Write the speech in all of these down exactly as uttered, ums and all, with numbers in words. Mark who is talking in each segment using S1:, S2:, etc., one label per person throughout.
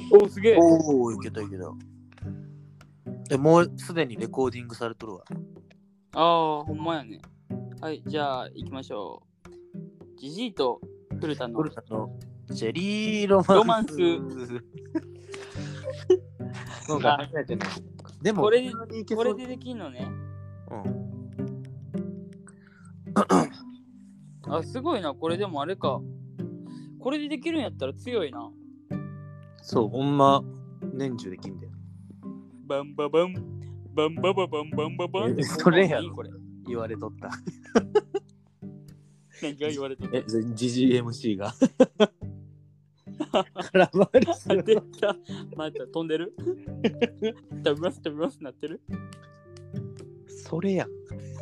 S1: おーすげえ。
S2: おお、いけたいけた。でもうすでにレコーディングされとるわ。
S1: ああ、ほんまやね。はい、じゃあ行きましょう。ジジイと古田の
S2: 古田のジェリーロマンス。
S1: ロマンス。
S2: なんか初めてね。でも
S1: これで
S2: 普通にいけそう
S1: これでできんのね。
S2: うん
S1: あ、すごいな。これでもあれか。これでできるんやったら強いな。
S2: そう、ほんま年中できんだよ。
S1: バンババンバンバババンバンババンって
S2: えそれやろ
S1: いいこれ。
S2: 言われとった。
S1: 何が言われとった。
S2: え、ジジイエムシー が。空回りする。
S1: 出た。また飛んでる飛びます飛びますなってる
S2: それやん。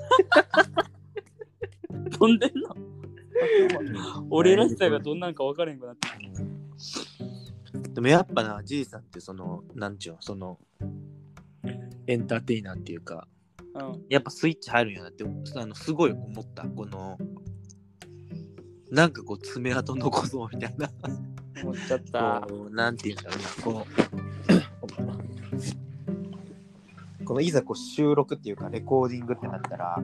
S1: 飛んでんの俺らしさがどんなんか分からへんくなって
S2: る。でもやっぱな、じいさんってその、なんちゅうの、その、エンターテイナーっていうか、
S1: うん、
S2: やっぱスイッチ入るんやなって、あのすごい思った。この、なんかこう爪痕残そうみたいな。
S1: 思っちゃった。
S2: こうなんていうんだろうな、こうこのいざこう収録っていうかレコーディングってなったら、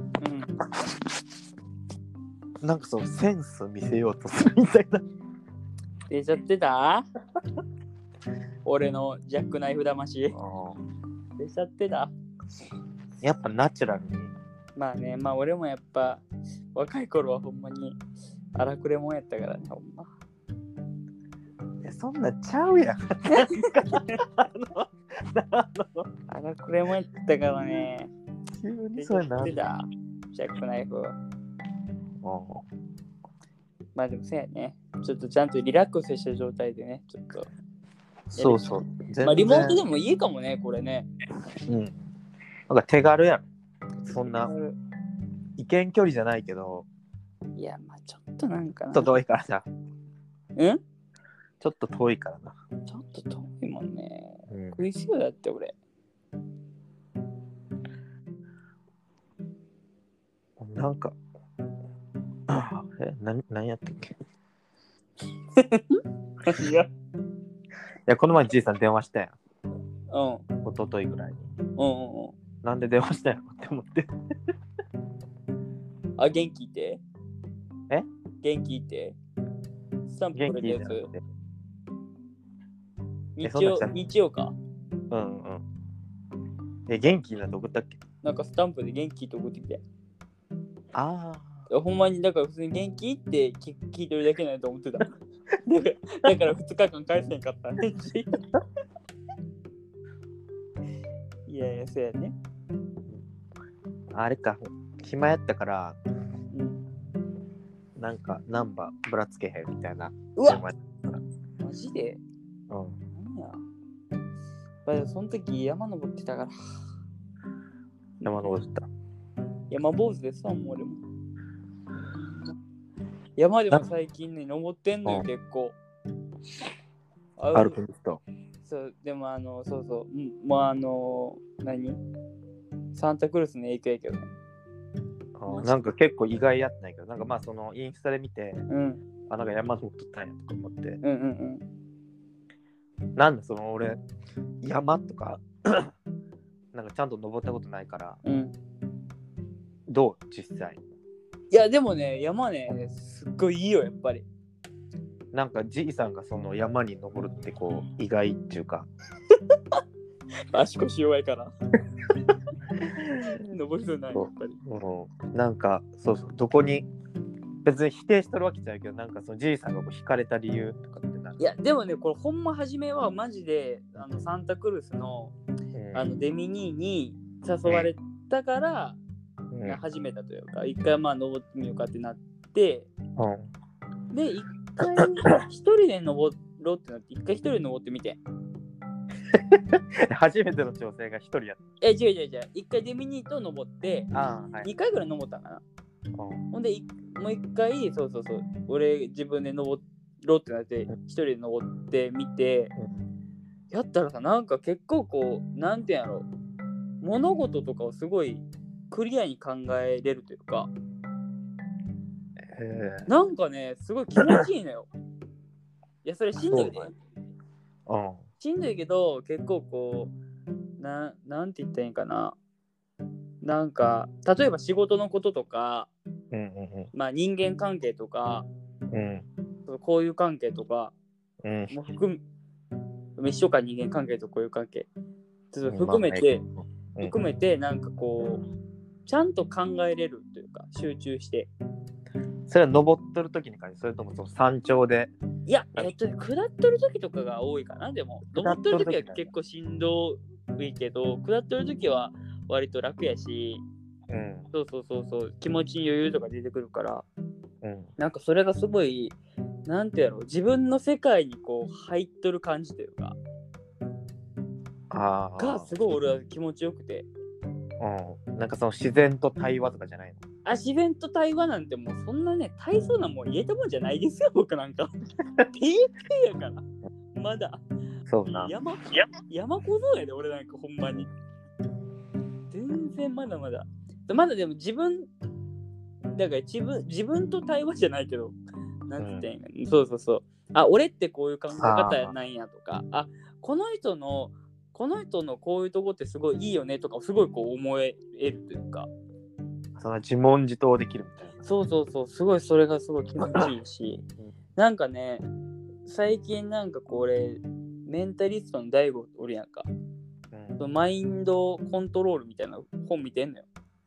S1: うん、
S2: なんかそうセンス見せようとするみたいな。
S1: 出ちゃってた俺のジャックナイフ魂。出ちゃってた。
S2: やっぱナチュラルに。
S1: まあね、まあ俺もやっぱ若い頃はほんまに荒くれもんやったからね、ほんま。
S2: いやそんなちゃうやん。
S1: 荒くれもんやったからね。
S2: 急にそうやな。
S1: 出たジャックナイフ。まあでもそうやね。ちょっとちゃんとリラックスした状態でね、ちょっと。
S2: そうそう。
S1: まあリモートでもいいかもね、これね。
S2: うん。なんか手軽やろ。そんな意見距離じゃないけど。
S1: いや、まあちょっとなんかな。
S2: ちょっと遠いからさ。
S1: うん？
S2: ちょっと遠いからな。
S1: ちょっと遠いもんね。
S2: うん、
S1: 食いすぎだって俺。
S2: なんか。え、な、何やったっけ
S1: いや。
S2: いや、この前じいさん電話したやん。
S1: うん。
S2: 一昨日ぐらいに。
S1: うんうんうん。
S2: なんで電話したやろって思って。
S1: あ、元気って？
S2: え？
S1: 元気って？スタンプくれたやつ？日曜、日曜か。
S2: うんうん。え、元気なんて送ったっけ？
S1: なんかスタンプで元気って送ってきて。
S2: あ
S1: あ。ほんまにだから普通に元気って聞聞いてるだけないと思ってた。だからだからふつかかん返せんかった。いやいや、そうやね。
S2: あれか、暇やったから、
S1: うん、
S2: なんかナンバーぶらつけへんみたいな。
S1: うわマジで？
S2: うん。
S1: 何や。まあ、その時山登ってたから。
S2: 山登った。
S1: 山坊主ですわ、もう俺も。山でも最近ね、登ってんのよ、結構。
S2: アルピニスト。
S1: そう、でもあの、そうそう、うん、もうあの、何サンタクルースの影響やけどね。
S2: あなんか結構意外やったんやけど、なんかまあそのインスタで見て、
S1: うん、
S2: あ、なんか山登っとったんやとか思って。
S1: うんうん
S2: うん。なんだその俺、山とか、なんかちゃんと登ったことないから、
S1: うん。
S2: どう実際？
S1: いやでもね、山ね、すっごいいいよ、やっぱり。
S2: なんかじいさんがその山に登るってこう意外っていうか
S1: 足腰弱いから登りそうないやっぱり、
S2: うん、なんかそうそうどこに別に否定しとるわけじゃないけどなんかそのじいさんがこう惹かれた理由とかってなんか
S1: いやでもねこれほんま初めはマジであのサンタクルースの、うん、あのデミニーに誘われたから、うん、始めたというか一回まあ登ってみようかってなって、うん、で一回一人で登ろうってなって一回一人で登ってみて
S2: 初めての調整が一人やった。
S1: え違う違う違う一回デミニーと登って
S2: あ、はい、
S1: にかいぐらい登ったかな、うん、ほんでもう一回そうそうそう俺自分で登ろうってなって一人で登ってみて、うん、やったらさなんか結構こうなんていうんやろ物事とかをすごいクリアに考えれるというかなんかねすごい気持ちいいのよいやそれしんどいね、
S2: うん、
S1: しんどいけど結構こうななんて言ったらいいんかな、なんか例えば仕事のこととか、
S2: うんうんうん
S1: まあ人間関係とか、
S2: うん、
S1: こういう関係とか
S2: うん、
S1: も含む一緒か、人間関係とこういう関係ちょっと含め
S2: まあ
S1: て、
S2: うん、
S1: 含めてなんかこうちゃんと考えれるというか集中して。
S2: それは登っとる時にかい、それともその山頂で。
S1: いや、えっとね、下っとる時とかが多いかな。でも登っとる時は結構しんどいけど、下っとる時は割と楽やし、
S2: うん、
S1: そうそうそうそう、気持ちに余裕とか出てくるから、
S2: うん、
S1: なんかそれがすごい、なんてやろう、自分の世界にこう入っとる感じというか、
S2: あ
S1: がすごい俺は気持ちよくて。
S2: うん、なんかその自然と対話とかじゃないの？
S1: あ、自然と対話なんてもうそんなね、大層なもん言えたもんじゃないですよ、僕なんか。ピーピーやから、まだ。
S2: そうな。
S1: 山、山小僧やで、俺なんかほんまに。全然まだまだ。まだでも自分、だから自分、自分と対話じゃないけど、なんて言ったらいいんか、うん、そうそうそう。あ、俺ってこういう考え方なんやとか、あ、この人の、この人のこういうとこってすごいいいよねとか、すごいこう思えるというか。
S2: その自問自答できるみたいな。
S1: そうそうそう、すごいそれがすごい気持ちいいし、なんかね、最近なんかこれ、メンタリストの大悟おるやんか。うん、マインドコントロールみたいな本見てんのよ。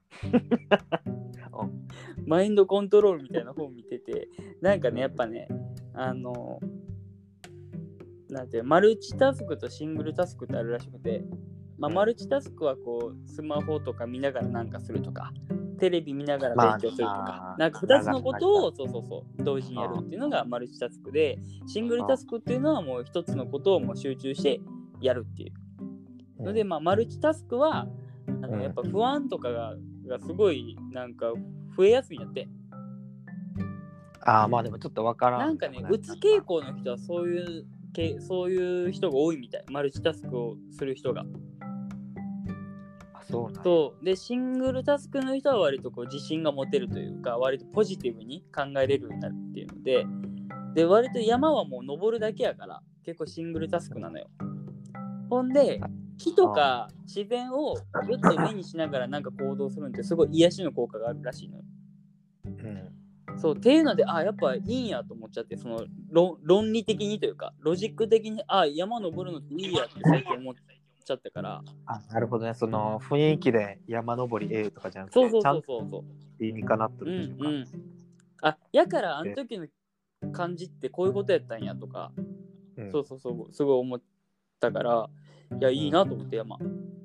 S1: マインドコントロールみたいな本見てて、なんかね、やっぱね、あの、なんていうマルチタスクとシングルタスクってあるらしくて、まあ、マルチタスクはこうスマホとか見ながらなんかするとか、テレビ見ながら勉強するとか、まあ、なんかふたつのことをそうそうそう同時にやるっていうのがマルチタスクで、シングルタスクっていうのはもうひとつのことをもう集中してやるっていうので、まあ、マルチタスクはあのやっぱ不安とかが、がすごいなんか増えやすいんやって。
S2: ああ、まあでもちょっとわからん。
S1: なんかね、うつ傾向の人はそういうそういう人が多いみたい。マルチタスクをする人が。
S2: あ、そうなん。
S1: そうで、シングルタスクの人は割とこう自信が持てるというか、割とポジティブに考えれるようになるっていうので、で、割と山はもう登るだけやから、結構シングルタスクなのよ。ほんで、木とか自然をぐっと目にしながらなんか行動するのってすごい癒しの効果があるらしいのよ。うん、そうっていうので、あ、やっぱいいんやと思っちゃって、その 論, 論理的にというか、ロジック的に、あ、山登るのっていいやって最近思っちゃったから。
S2: あ、なるほどね。その雰囲気で山登り A とかじゃなくて、
S1: そうそうそうそうそう。
S2: 理にかなってるっていうか。
S1: うんうん。あ、やからあの時の感じってこういうことやったんやとか、うん、そうそうそう、すごい思ったから、いや、いいなと思って、山。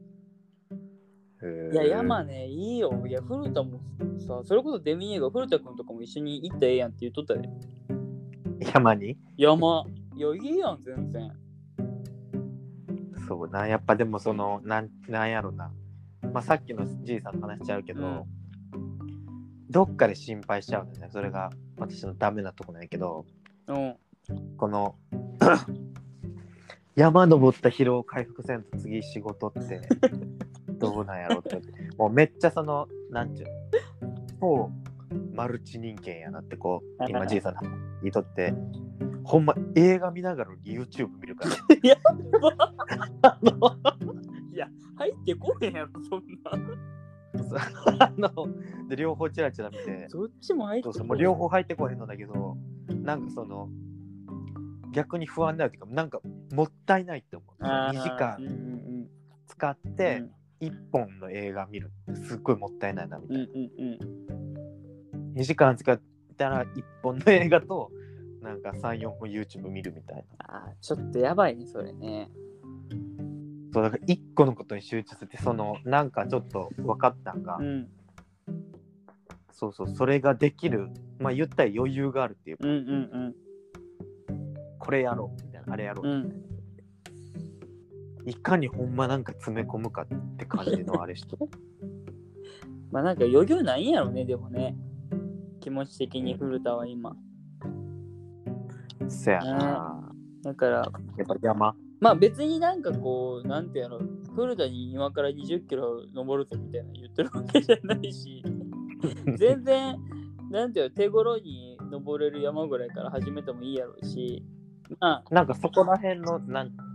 S1: いや、山ね、いいよ。いや、古田もさ、それこそデミニエが古田君とかも一緒に行ったらええやんって言っとったで。
S2: 山に？
S1: 山。いや、いいやん、全然。
S2: そうな、やっぱでもその、なん、なんやろな。まあ、さっきのじいさんの話しちゃうけど、うん、どっかで心配しちゃうんだよね。それが私のダメなとこなんやけど、うん、この山登った疲労回復せんと次仕事ってどうなんやろうってもうめっちゃそのなんちゅうそうマルチ人間やなってこう今じいさんにとってほんま映画見ながら YouTube 見るから
S1: やばあのいや入ってこへんやろそんな
S2: あので両方チラチラ見て
S1: どっちも入ってこへん
S2: そうそうもう両方入ってこへんのだけどなんかその逆に不安になるというかなんかもったいないって思う。にじかん使っていっぽんの映画見るってすっごいもったいないなみたいな、うんうんうん、にじかん使ったらいっぽんの映画となんか さん,よん 本 YouTube 見るみたいな。
S1: あちょっとやばいねそれね。
S2: そうだからいっこのことに集中してそのなんかちょっと分かったんが、うん、そうそうそれができるまあ言ったら余裕があるっていうか、うんうんうんこれやろうみたいなあれやろうみたいな、うん、いかにほんまなんか詰め込むかって感じのあれしと
S1: まあなんか余裕ないんやろねでもね気持ち的に古田は今
S2: せやな、
S1: ね、だから
S2: やっぱ山
S1: まあ別になんかこうなんてやろ古田に今からにじゅっキロ登るぞみたいな言ってるわけじゃないし全然なんていうの手頃に登れる山ぐらいから始めてもいいやろうし
S2: まあ、なんかそこら辺のなん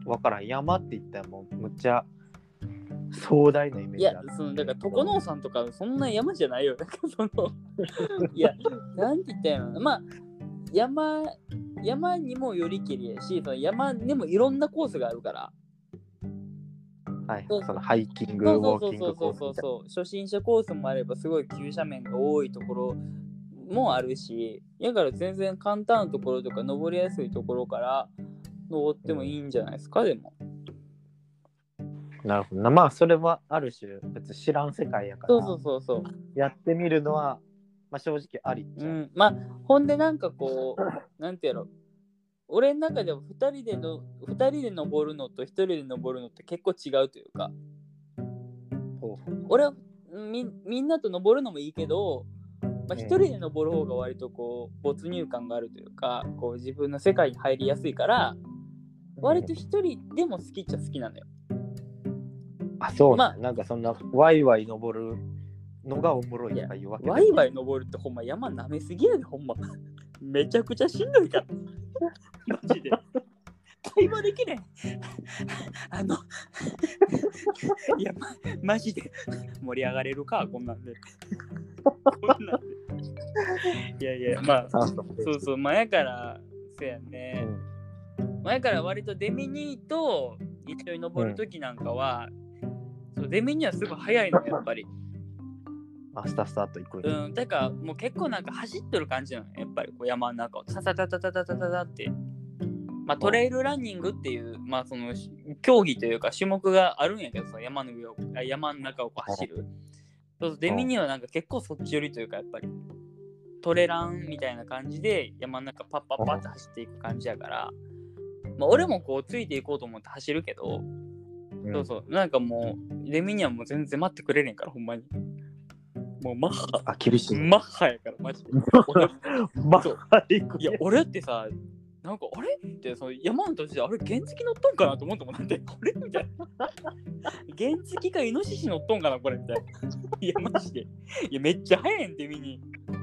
S2: わからん。山って言ったらもうむっちゃ壮大なイメー
S1: いや
S2: ジある。
S1: そのだから床のさんとかそんな山じゃないよ。なんかそのいやなんて言ったんやろな。まあ山山にもよりけりやし、その山にもいろんなコースがあるから。
S2: はい、そのハイキング、
S1: そう
S2: ウォーキングコースみたいな。
S1: そうそうそうそう初心者コースもあればすごい急斜面が多いところもあるし、だから全然簡単なところとか登りやすいところから登ってもいいんじゃないですか、うん、でも。
S2: なるほどな。まあそれはある種別に知らん世界やから。
S1: そうそうそうそう。
S2: やってみるのは、まあ、正直ありっちゃう。
S1: うん、まあほんでなんかこうなんてやろ。俺の中でもふたりでのふたりで登るのとひとりで登るのって結構違うというか、俺は み, みんなと登るのもいいけど、まあ、ひとりで登る方が割とこう没入感があるというか、こう自分の世界に入りやすいから割とひとりでも好きっちゃ好きなのよ。
S2: あ、そうね、まあ、なんかそんなワイワイ登るのがおもろいとか言うわけで。
S1: ワイワイ登るってほんま山舐めすぎやで、ほんまめちゃくちゃしんどいからマジで会話できねえあのいや、ま、マジで盛り上がれるかこんなんでこんなんでいやいや、まあそうそう、前からそうやね、うん、前から割とデミニーと一緒に登るときなんかは、うん、そうデミニーはすごい早いのやっぱり。
S2: あ、スタスタと行く。
S1: うん、だからもう結構なんか走ってる感じなのやっぱりこう山の中をタタタタタタタタタって、まあ、トレイルランニングっていう、まあ、その競技というか種目があるんやけどさ、山の上を山の中をこう走る。そうそう、デミニはなんか結構そっち寄りというかやっぱりトレランみたいな感じで山の中パッパッパッと走っていく感じやから、まあ、俺もこうついていこうと思って走るけど、うん、そうそう、なんかもうデミニはもう全然待ってくれねんからほんまに。もうマッハ、
S2: あ、厳しい。
S1: マッハやからマジで。
S2: マッハで行く。
S1: いや俺ってさ、なんかあれってその山の土地であれ原付乗っとんかなと思ってもなんでこれみたいな。原付かイノシシ乗っとんかなこれみたいな。いやマジで。いやめっちゃ速いんって見に。い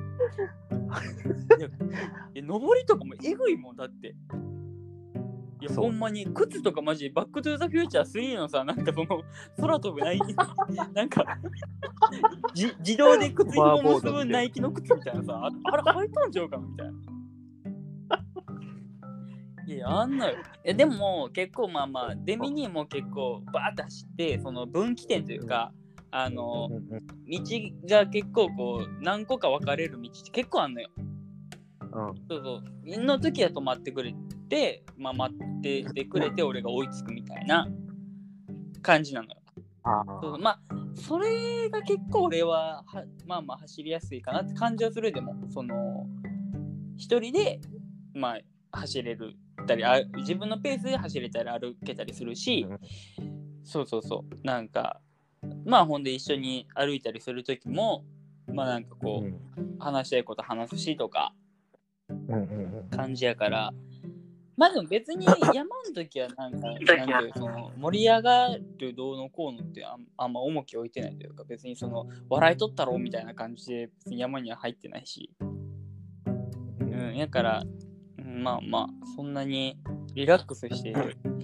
S1: や、いや登りとかもえぐいもんだって。いやほんまに靴とかマジバックトゥーザフューチャースリーのさ、なんかその空飛ぶナイキなんかじ自動で靴紐結ぶナイキの靴みたいなさ、あれ履いとんちゃうかみたいな。いやあんなよ。いやでも結構まあまあデミニーも結構バーッと走ってその分岐点というか、あの道が結構こう何個か分かれる道って結構あんのよ。うん、そうそうの時は止まってくれて、まあ、待っててくれて俺が追いつくみたいな感じなのよ。あそうまあそれが結構俺ははまあまあ走りやすいかなって感じはする。でもその一人でまあ走れるたりあ自分のペースで走れたり歩けたりするし、うん、そうそうそうなんかまあほんで一緒に歩いたりする時もまあなんかこう、うん、話したいこと話すしとか感じやから、まあでも別に山の時はなんかなんていうその盛り上がるどうのこうのってあ ん, あんま重きを置いてないというか、別にその笑いとったろうみたいな感じで別に山には入ってないし、うんやから、うん、まあまあそんなにリラックスして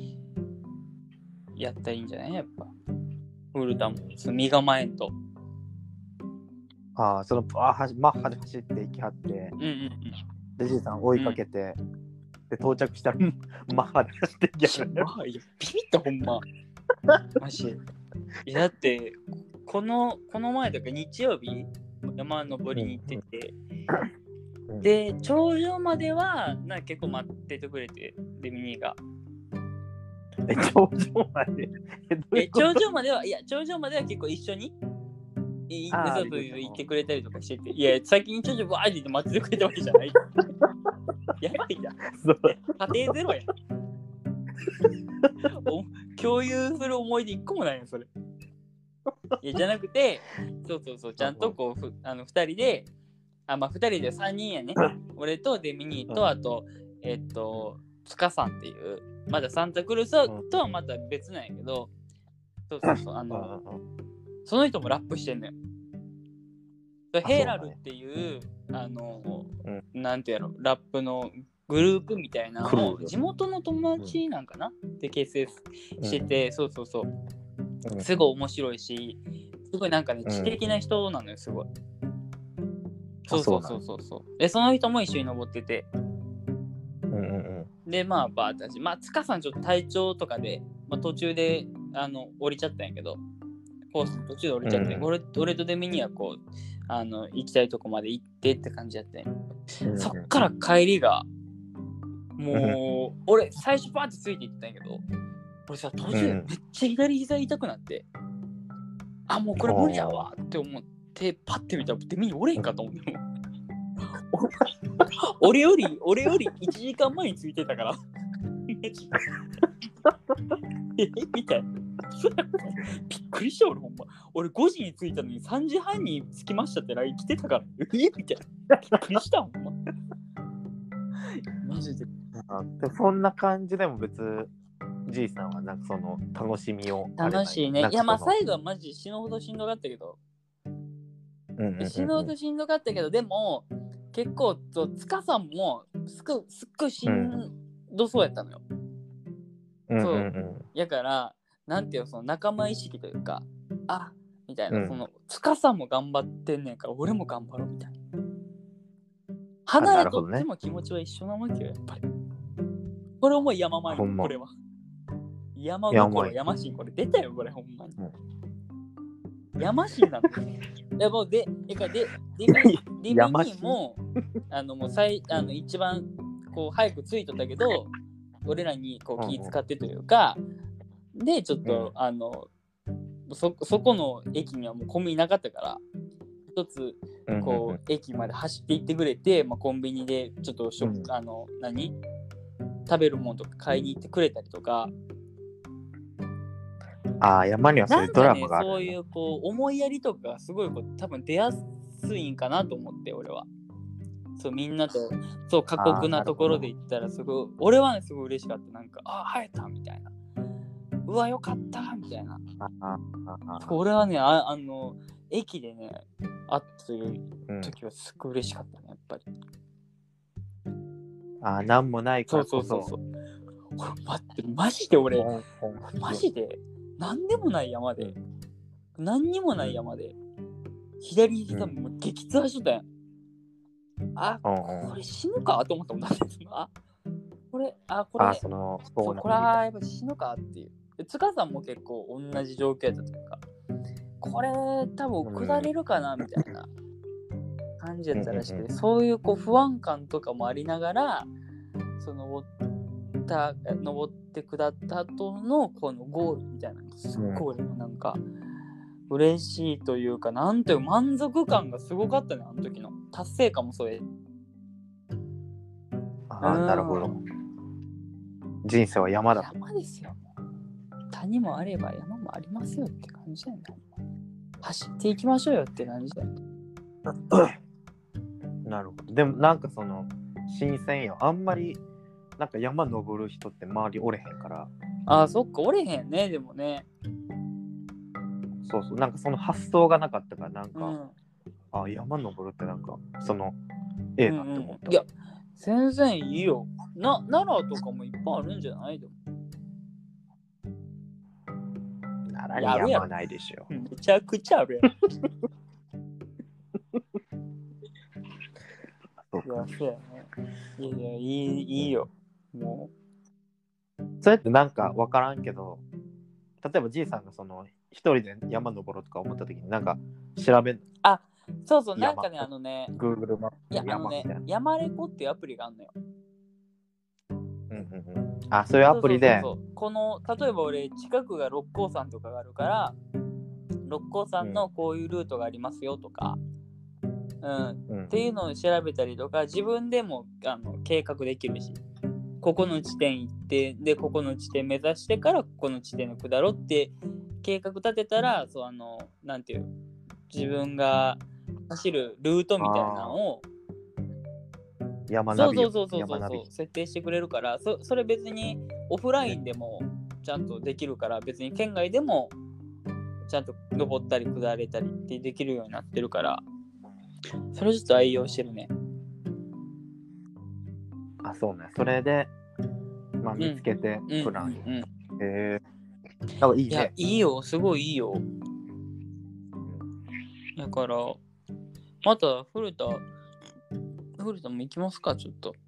S1: やったらいいんじゃないやっぱウルタもその身構えんと。
S2: ああそのあはマッハで走っていきはって、うんうんうんでじいさん追いかけて、うん、で到着したらマッハで走っていきはる。
S1: いやビビったほんまマジいやだってこのこの前とか日曜日山登りに行ってて、うん、で頂上まではなんか結構待っててくれてデミニーが
S2: え頂上まで
S1: え頂上まではいや頂上までは結構一緒にいそうそう言ってくれたりとかしてて、いや先にちょちょバーって言って待っててくれたわけじゃないやばいな家庭ゼロや共有する思い出一個もないよそれ。いやじゃなくてそうそうそうちゃんとこうふあのふたりであまあふたりでさんにんやね俺とデミニーとあとえっとツカさんっていうまだサンタクルースとはまた別なんやけど、そうそうそうあのその人もラップしてんのよ。ヘイラルっていうあの、うん、なんていうのラップのグループみたいな
S2: クル
S1: のを
S2: ー
S1: 地元の友達なんかな、うん、で結成してて、うん、そうそうそう、うん、すごい面白いし、すごいなんかね、知的な人なのよ、すごい。そうそうそうそうそう。で、その人も一緒に登ってて。
S2: うんうんうん。
S1: で、まあ、バーッて、まあ、塚さんちょっと体調とかで、まあ、途中で、あの、降りちゃったんやけど、コースの途中で降りちゃって、うん、俺, 俺とデミにはこう、あの、行きたいとこまで行ってって感じやってん。うん、そっから帰りが、もう、俺、最初バーってついていったんやけど、俺さ、途中でめっちゃ左膝痛くなって、うん、あ、もうこれ無理やわって思って、パッて見たらデミにおれんかと思っても。俺より、俺よりいちじかんまえについてたから。えみたいな。びっくりした俺ほんま。俺ごじに着いたのにさんじはんに着きましたって ライン 来てたから。えみたいな。びっくりしたほんま。マジで。
S2: あでそんな感じでも別、じいさんはなんかその楽しみを。
S1: 楽しいね。いやまあ最後はマジ死ぬほどしんどかったけど。うんうんうんうん、死ぬほどしんどかったけど、でも、結構塚さんもすっごいすっごいしんどそうやったのよ、うん、そう、うんうんうん、やからなんていうのその仲間意識というかあみたいな、うん、その塚さんも頑張ってんねんから俺も頑張ろうみたいな、離れとっても気持ちは一緒なわけよやっぱり。これも山前にこれは山心山心これ出たよこれほんまに、うん、山心なのでもででででディミニもあのもう最あの一番こう早く着いとったけど俺らにこう気使ってというか、うん、でちょっと、うん、あの そ, そこの駅にはもうコンビニなかったから一つこう、うん、駅まで走って行ってくれて、まあ、コンビニでちょっとしょ、うん、あの何食べるものとか買いに行ってくれたりとか。
S2: ああ山にはそういうドラマがある、
S1: ね、そういうこう思いやりとかすごいこう多分出やすいんかなと思って俺は。そうみんなとそう過酷なところで行ったらすごい俺はねすごい嬉しかった。なんかあ生えたみたいな、うわよかったみたいな。俺はね あ, あの駅でね会ったという時はすごい嬉しかったねやっぱり。
S2: あなんもないからこそ。
S1: そうそうそうそう。待ってマジで俺マジで何でもない山で、うん、何にもない山で左膝も激痛しとったやん。あ、これ死ぬかと思ったもん。あ、これ、あ、これ、
S2: あその
S1: そうこれはやっぱ死ぬかっていう。塚さんも結構同じ状況やったというか、これ多分下れるかなみたいな感じやったらしくて、うんうんうん、そういうこう不安感とかもありながら、その登った登って下った後のこのゴールみたいなのすっごい俺もなんか。嬉しいというかなんていう満足感がすごかったねあの時の達成感もそうや。
S2: ああなるほど。人生は山だ。
S1: 山ですよ。谷もあれば山もありますよって感じだよね。走っていきましょうよって感じだよ。
S2: なるほど。でもなんかその新鮮よ。あんまりなんか山登る人って周りおれへんから。
S1: ああそっかおれへんねでもね。
S2: そうそうなんかその発想がなかったからなんか、うん、あ山登るってなんかそのええなって思った、うんうん、
S1: いや全然いいよな奈良とかもいっぱいあるんじゃないでも
S2: 奈良に山はないでしょ
S1: めちゃくちゃあるやんいやそうやねいやいやいいいいよも
S2: うそれってなんか分からんけど例えばじいさんがその一人で山登ろうとか思った時になんか調べん
S1: あそうそうなんかねあのね
S2: Google マップ
S1: いやあのね山レコっていうアプリがあるのよ。
S2: うんうんうんあそういうアプリで
S1: そうそうそうそうこの例えば俺近くが六甲山とかがあるから六甲山のこういうルートがありますよとか、うんうん、っていうのを調べたりとか自分でもあの計画できるしここの地点行ってでここの地点目指してからここの地点の下ろって計画立てたらそうあのなんていう自分が走るルートみたいなのを
S2: 山ナビ
S1: そうそうそうそうそう設定してくれるから そ, それ別にオフラインでもちゃんとできるから別に県外でもちゃんと登ったり下れたりってできるようになってるからそれちょっと愛用してるね。
S2: あ、そうね。それで、まあ、見つけてプラン。
S1: うんうんうん、
S2: へえ。なんかいいね。
S1: いや、いいよ、すごいいいよ。だから、また古田、古田も行きますか、ちょっと。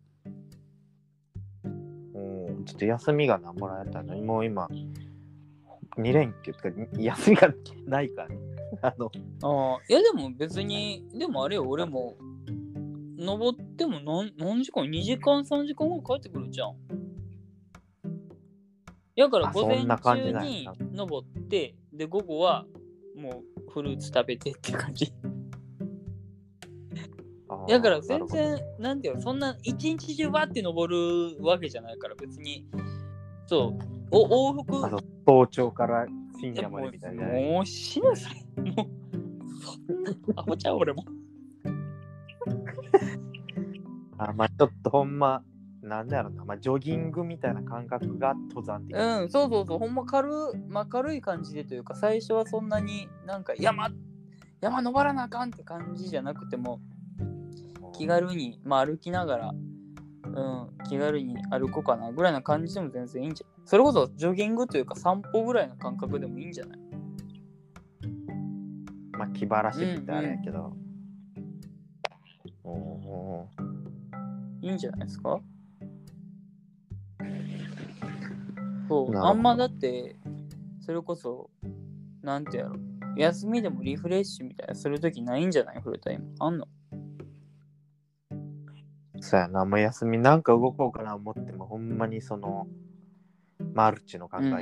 S2: うん、ちょっと休みがなもらえたのに、もう今、に連休とか、休みがないから、ね、あの、
S1: ああ、いやでも別に、でもあれよ、俺も、登っても何何時間 ?に 時間、さんじかん後帰ってくるじゃん。だから午前中に登って、で、午後はもうフルーツ食べてって感じ。だから全然、なんていうの、そんな一日中わって登るわけじゃないから別に、そう、お往復。
S2: 早朝から深夜までみたいな。
S1: もう死ぬそれ。もう、そんな、アホちゃう俺も。
S2: あ、まあちょっとほんま、なんだろうな、まあ、ジョギングみたいな感覚が登山的
S1: な。うん、そうそうそう、ほんま軽、まあ、軽い感じでというか、最初はそんなになんか山、山登らなあかんって感じじゃなくても、気軽に、まあ、歩きながら、うん、気軽に歩こうかなぐらいな感じでも全然いいんじゃない？それこそジョギングというか散歩ぐらいの感覚でもいいんじゃない？
S2: まあ気晴らしって言ったらあれやけど、うんうん、お
S1: いいんじゃないですか？そう、あんまだってそれこそなんてやろ、休みでもリフレッシュみたいなするときないんじゃない？フルタイムあんの？
S2: そうやな、もう休みなんか動こうかな思ってもほんまにそのマルチの考えに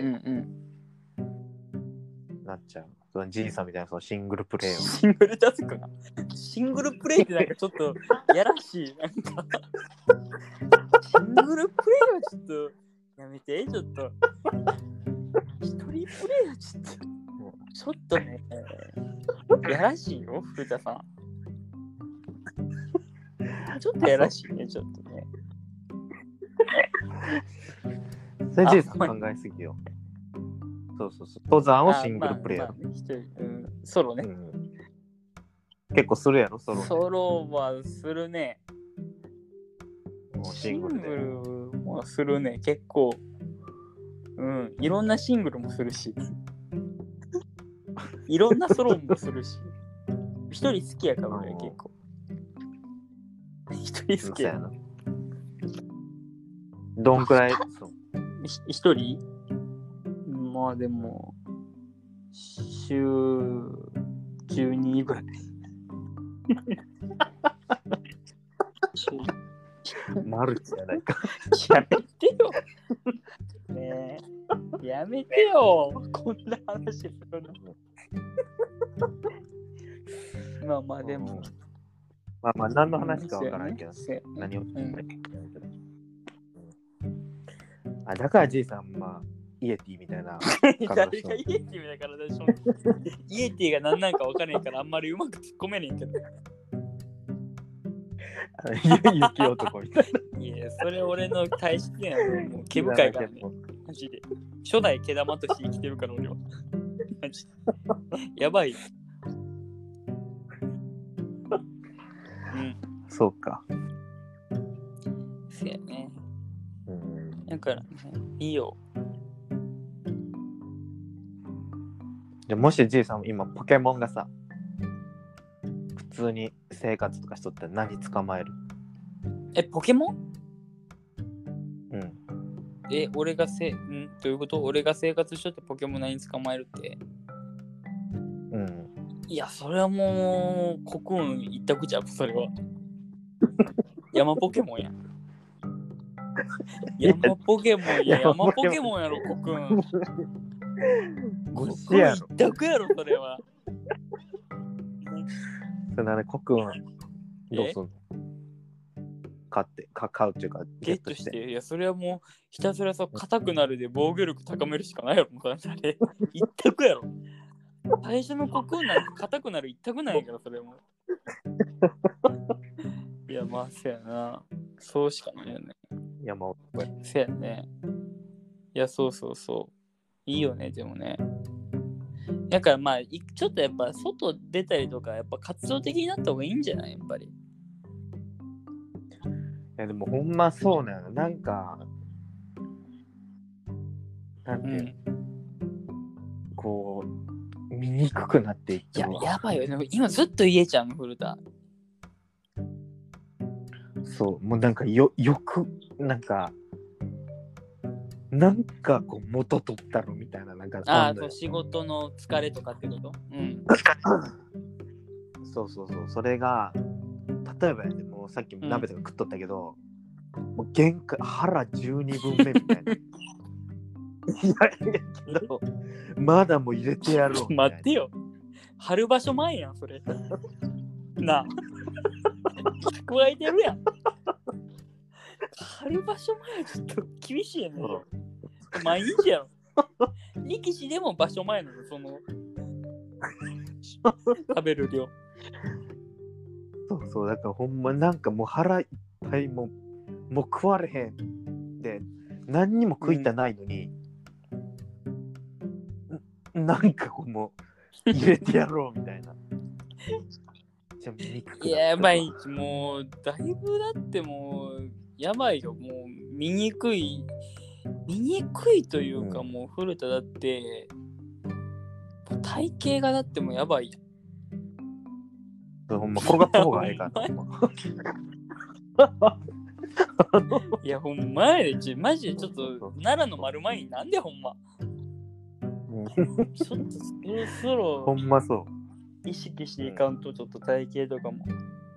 S2: なっちゃう。そのじいさんみたいなそのシングルプレイを
S1: シングルタスクな。シングルプレイってなんかちょっとやらしい。なんかシングルプレイはちょっとやめて、ちょっと。一人プレイはちょっと、ちょっとね、やらしいよ、古田さん。ちょっとやらしいね、ちょっとね。
S2: それじいさん考えすぎよ。そうそうそう。登山をシングルプレイヤー、まあまあね、
S1: 一人、うん、ソロね、うん。
S2: 結構するやろ、ソロ、ね。
S1: ソロはするね。シングルもするね、結構。うん、いろんなシングルもするし。いろんなソロもするし。一人好きやから俺結構。一人好きやな。
S2: どんくらいそう
S1: 一人まあでも、週じゅうにぐらい。
S2: マルチじゃないか。
S1: やめてよ。ねえ。やめてよ。こんな話するの。まあまあでも。
S2: まあまあ何の話かわからんけど、ね、何を聞いてるか、うん、あ、だからじいさん、まあ、イエティみたいな。
S1: 誰がイエティみたいな体でしょ。イエティが何なんかわからんからあんまりうまく突っ込めねんけど。
S2: 雪男みたい
S1: な。いや、それ俺の体質やん。もう毛深いからね。マジで。初代毛玉として生きてるから俺は。マジで。やばい。うん。
S2: そうか。
S1: そうやね。うん。だからね、いいよ。
S2: じゃもしじいさん今ポケモンがさ、普通に生活とかしとったら何捕まえる？
S1: え、ポケモン？
S2: うん。
S1: え、俺がせ、んどういうこと？俺が生活しとってポケモン何捕まえるって？
S2: うん。
S1: いや、それはもう、コクーン一択じゃん、それは。山ポケモンや。山ポケモンや、山ポケモンやろ、コクーン。コクーン一択やろ、それは。
S2: それならコクーンどうすんの？買って、か買うっていうか、
S1: ゲットして。いや、それはもう、ひたすらさ、硬くなるで防御力高めるしかないやろ、もうそれ。一択やろ。最初のコクーンなんか硬くなる一択ないから、それも。いや、まあ、せやな。そうしかないよね。
S2: いや、も
S1: う。せやね。いや、そうそうそう。いいよね、でもね。だからまあ、ちょっとやっぱ、外出たりとか、やっぱ活動的になった方がいいんじゃない？やっぱり。
S2: いやでもほんまそうなの。なんか、なんていうの、うん、こう、見にくくなっていく。
S1: いや、やばいよ。でも今ずっと家ちゃん、古田。
S2: そう、もうなんかよ、よく、なんか、なんかこう元取ったろみたいな、なんか
S1: ああ、そう、仕事の疲れとかってこと？うん。
S2: そうそうそう、それが、例えばやね、もうさっき鍋とか食っとったけど、うん、もう限界、腹じゅうにぶんめみたいな。いやけど、まだもう入れてやろうみたいな。
S1: 待ってよ。春場所前やん、それ。なあ。加えてるやん。春場所前はちょっと厳しいやね。毎日やろ。力士でも場所前なの、その食べる量。
S2: そうそう、だからほんまなんかもう腹いっぱいもう、もう食われへんで、何にも食いたないのに、うん、なんかこうもう入れてやろうみたいな。
S1: いや、やばい、もうだいぶだってもうやばいよ、もう見にくい見にくいというか、うん、もう古田だって体型がだってもうやばい
S2: やん。ほんま転がった方がええかな。
S1: いやほんまやで、マジでちょっと奈良の丸前になんでほんまちょっとそろそろ
S2: ほんまそう
S1: 意識していかんと、ちょっと体型とかも。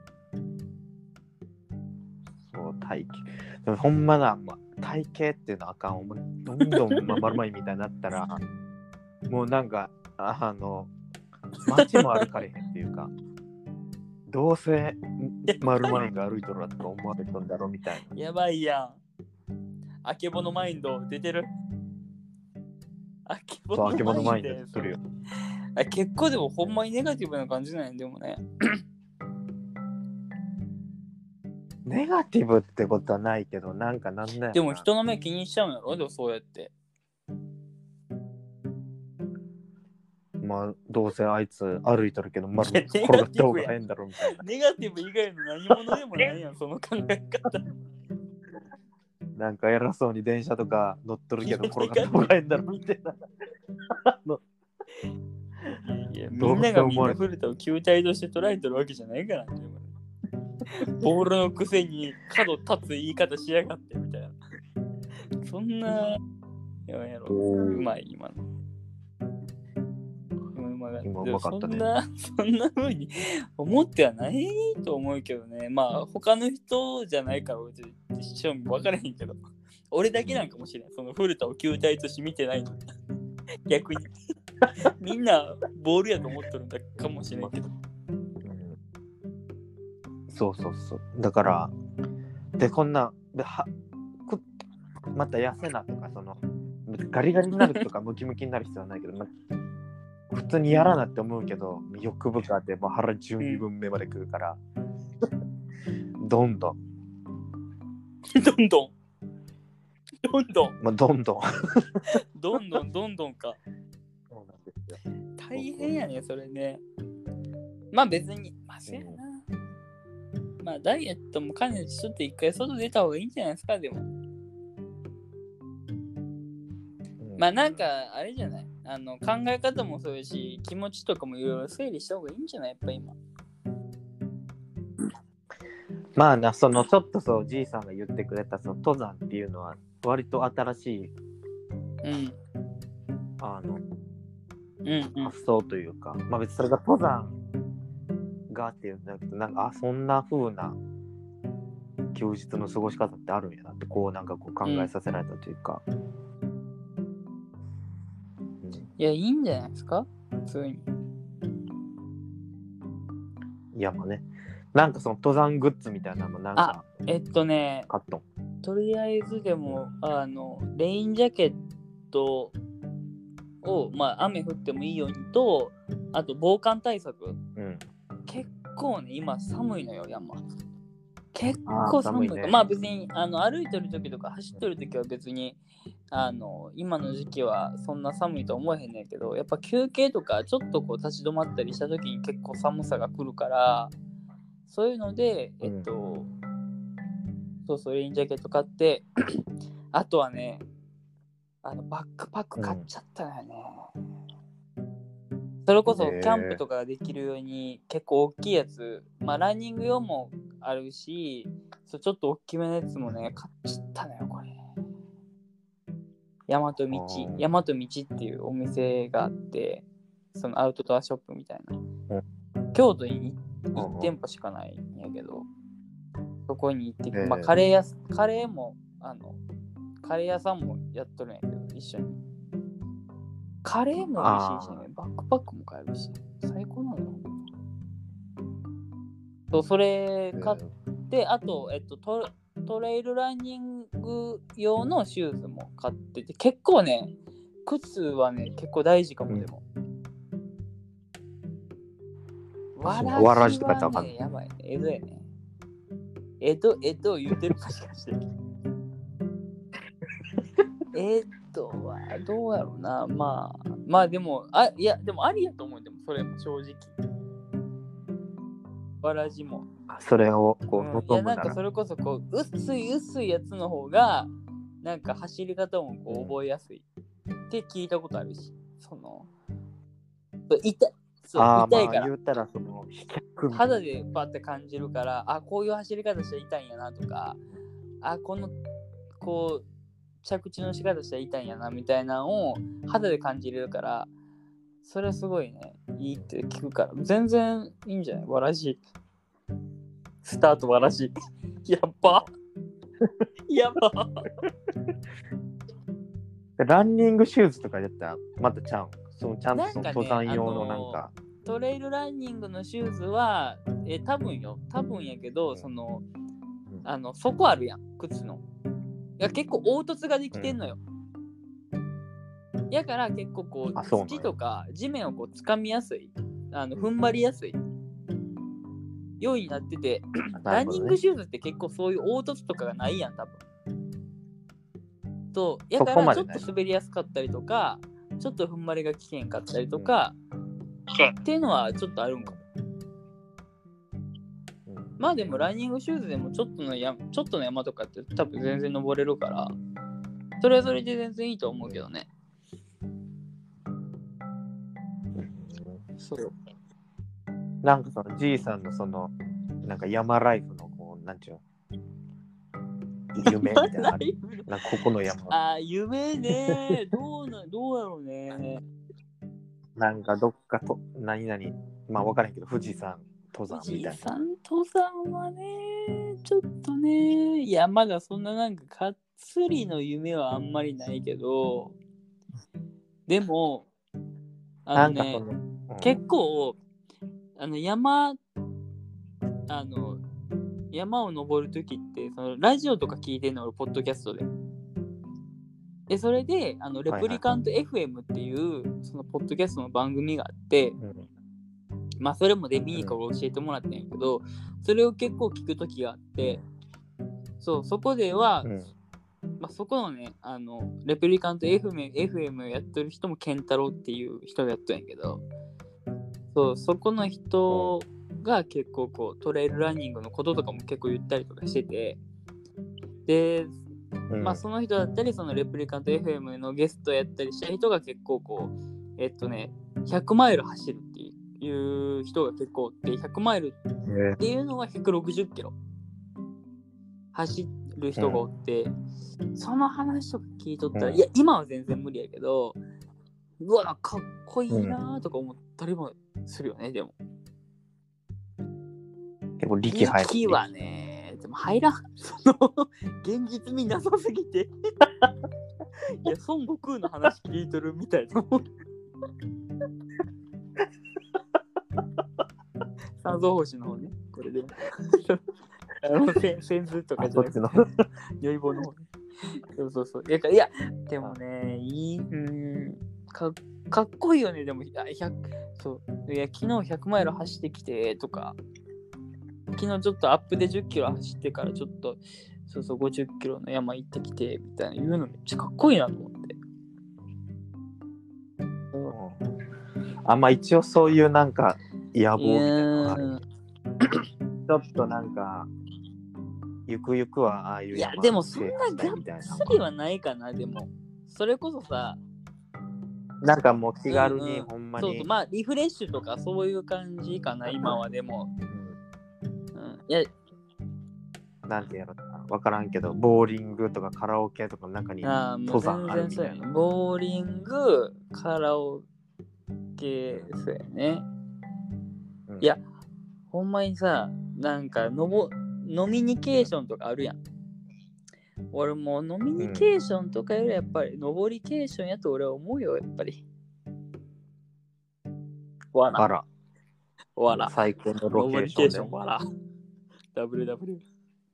S2: そう体型でもほんまな、ま、体型っていうのはあかん。どんどん、ま、丸前みたいになったらもうなんかあの街も歩かれへんっていうかどうせ丸々が歩いとるとか思われたんだろうみたいな。
S1: やばいやん。あけぼのマインド出てる？あけぼのマインド出てるよ。あ、結構でもほんまにネガティブな感じなんやでもね。
S2: ネガティブってことはないけど、なんかなんだよ。
S1: でも人の目気にしちゃうんやろ？でもそうやって。
S2: まあどうせあいつ歩いとるけど丸転がった方が変だろみたいな。
S1: ネガティブ以外の何者でもないやんその考え方。
S2: なんか偉そうに電車とか乗っとるけど転がった方が変だろみたいな。
S1: いやいやみんながみんな古田を球体として捉えてるわけじゃないからね。ボールのくせに角立つ言い方しやがってみたいな。そんなややろうまい今の。今うまかったね。そんなそんな風に思ってはないと思うけどね。まあ他の人じゃないから一緒に分からへんけど、俺だけなんかもしれん。その古田を球体として見てないの。逆にみんなボールやと思ってるんだかもしれんけど。
S2: そうそうそう。だからでこんなではまた痩せなとかそのガリガリになるとかムキムキになる必要はないけど、ま、普通にやらなって思うけど欲深でもう腹じゅうにぶんめまで食うから、うん、どんどん
S1: どんどんどんどん
S2: まあどんどん
S1: どんどんどんどんか。
S2: そうなんですよ。
S1: 大変やねそれね。まあ別にまあそうやな、うん、まあダイエットも兼ねてちょっと一回外出た方がいいんじゃないですか。でも、うん、まあなんかあれじゃない、あの考え方もそうやし気持ちとかもいろいろ整理した方がいいんじゃないやっぱ今。
S2: まあな、そのちょっとそうじいさんが言ってくれたその登山っていうのは割と新しい、
S1: うん、
S2: あの、
S1: うんうん、
S2: 発想というか、まあ別にそれが登山がっていうんだけど、なんかあそんな風な休日の過ごし方ってあるんやなってこうなんかこう考えさせられたというか、うん
S1: うん、いやいいんじゃないですか普通に。
S2: いやもうね、なんかその登山グッズみたいなのもなんか
S1: あえっとね
S2: 買っとん。
S1: とりあえずでも、うん、あのレインジャケットをまあ雨降ってもいいようにと、あと防寒対策、うん、結構ね今寒いのよ山。結構寒いの。あ、ね、まあ別にあの歩いてる時とか走ってる時は別にあの今の時期はそんな寒いと思えへんねんけど、やっぱ休憩とかちょっとこう立ち止まったりした時に結構寒さが来るから、そういうのでえっと、うん、 そうそう、レインジャケット買って、あとはね、あのバックパック買っちゃったのよね。うん、それこそキャンプとかができるように結構大きいやつ、まあランニング用もあるし、そうちょっと大きめのやつもね、買っちゃったのよ、これ。大和道、大和道っていうお店があって、そのアウトドアショップみたいな。京都にいち店舗しかないんやけど、そこに行ってきて、まあ、カレー屋、カレーも、あの、カレー屋さんもやっとるんやけど、一緒に。カレーも美味しいしね、バックパックも買えるし、最高なのよ。そう、それ買って、あと、えっと、ト、トレイルランニング用のシューズも買ってて、結構ね、靴はね、結構大事かも、でも。わらじはね、わらじやばいね、江戸やね。江戸、江戸言うてるかしかして。江戸はどうやろうな、まあ、まあでも、あ、いや、でもありやと思う、でもそれも正直。わらじも。
S2: それをこう、
S1: うん、いや、なんかそれこそこう、薄い薄いやつの方が、なんか走り方もこう覚えやすいって聞いたことあるし、その、痛い。そう
S2: あ
S1: 痛いから、
S2: まあ、言うたらその
S1: 肌でパッて感じるから、あ、こういう走り方したら痛いんやなとか、あ、このこう着地の仕方したら痛いんやなみたいなのを肌で感じれるから、それはすごいね、いいって聞くから、全然いいんじゃない？わらじスタートわらじやっばやば
S2: ランニングシューズとかやったらまたちゃう、そのちゃんとその登山用のなんか、
S1: ね、トレイルランニングのシューズはえ多分よ多分やけど、そのあの底あるやん、靴の。いや結構凹凸ができてんのよ。うん、やから結構こう土とか地面をこう掴みやすい、あの踏ん張りやすいようになってて、ね、ランニングシューズって結構そういう凹凸とかがないやん多分。とやからちょっと滑りやすかったりとか、ちょっと踏ん張りが危険かったりとか、うん、っていうのはちょっとあるんかも。うん、まあでもランニングシューズでもちょっとの山、ちょっとの山とかって多分全然登れるから、それはそれで全然いいと思うけどね。
S2: そう。なんかそのじいさんのそのなんか山ライフのこうなんちゅう夢みたいな、なんかここの山。
S1: ああ、夢ね。どうな、どうやろうね。
S2: なんかどっかと、何々、まあ分からんけど、富士山登山みたいな。
S1: 富士山登山はね、ちょっとね、いや、まだそんななんかかっつりの夢はあんまりないけど、でも、あのね、うん、結構、あの山、あの、山を登るときって、そのラジオとか聞いてんの、俺、ポッドキャストで。で、それで、あのレプリカント エフエム っていう、はいはい、そのポッドキャストの番組があって、うん、まあ、それもデミーから教えてもらったんやけど、うん、それを結構聞くときがあって、そう、そこでは、うん、まあ、そこのね、あの、レプリカント エフエム、エフエム やってる人もケンタロウっていう人がやったんやけど、そう、そこの人が結構こう、トレイルランニングのこととかも結構言ったりとかしてて、で、まあ、その人だったり、そのレプリカント エフエム のゲストやったりした人が結構こう、えっとね、ひゃくマイル走るっていう人が結構おって、ひゃくマイルっていうのはひゃくろくじゅっキロ走る人がおって、うん、その話とか聞いとったら、うん、いや、今は全然無理やけど、うわ、かっこいいなとか思ったりもするよね、うん、でも。
S2: 結構力入る。
S1: 力はね、でも入らん。その、現実味なさすぎて。いや、孫悟空の話聞いとるみたいな。三蔵法師の方ね、これで。あの、先図とかじゃなくて、如意棒の方ね。そうそうそう。いや、いやでもね、いい、うん、か、かっこいいよね、でも、いや、そう。いや、昨日ひゃくマイル走ってきて、とか、昨日ちょっとアップでじゅっキロ走ってからちょっとそうそうごじゅっキロの山行ってきてみたいな言うのめっちゃかっこいいなと思って、
S2: うん、あんま一応そういうなんか野望みたいなのがある。ちょっとなんかゆくゆくはああいう
S1: いや
S2: 山
S1: でもそんな
S2: 制覇したい
S1: がっ
S2: みたいな
S1: つりはないかな。でもそれこそさ、
S2: なんかもう気軽に
S1: うんうん、
S2: ほんまに、
S1: そうそう、まあリフレッシュとかそういう感じかな今は。でも、うん、いや
S2: なんてやろな、わからんけど、ボーリングとかカラオケとかの中に
S1: あもう
S2: 登山ある
S1: 全然そうやね。
S2: みたいな。
S1: ボーリング、カラオケ、そうやね。
S2: うん、
S1: いや、ほんまにさ、なんかのぼノミニケーションとかあるやん。俺もうノミニケーションとかよりやっぱりノボリケーションやと俺は思うよ、やっぱり。わら。
S2: あら、
S1: わら。
S2: 最高のロケ
S1: ノボリ
S2: ーションで。
S1: ケーションわら。ダブリューダブリュー。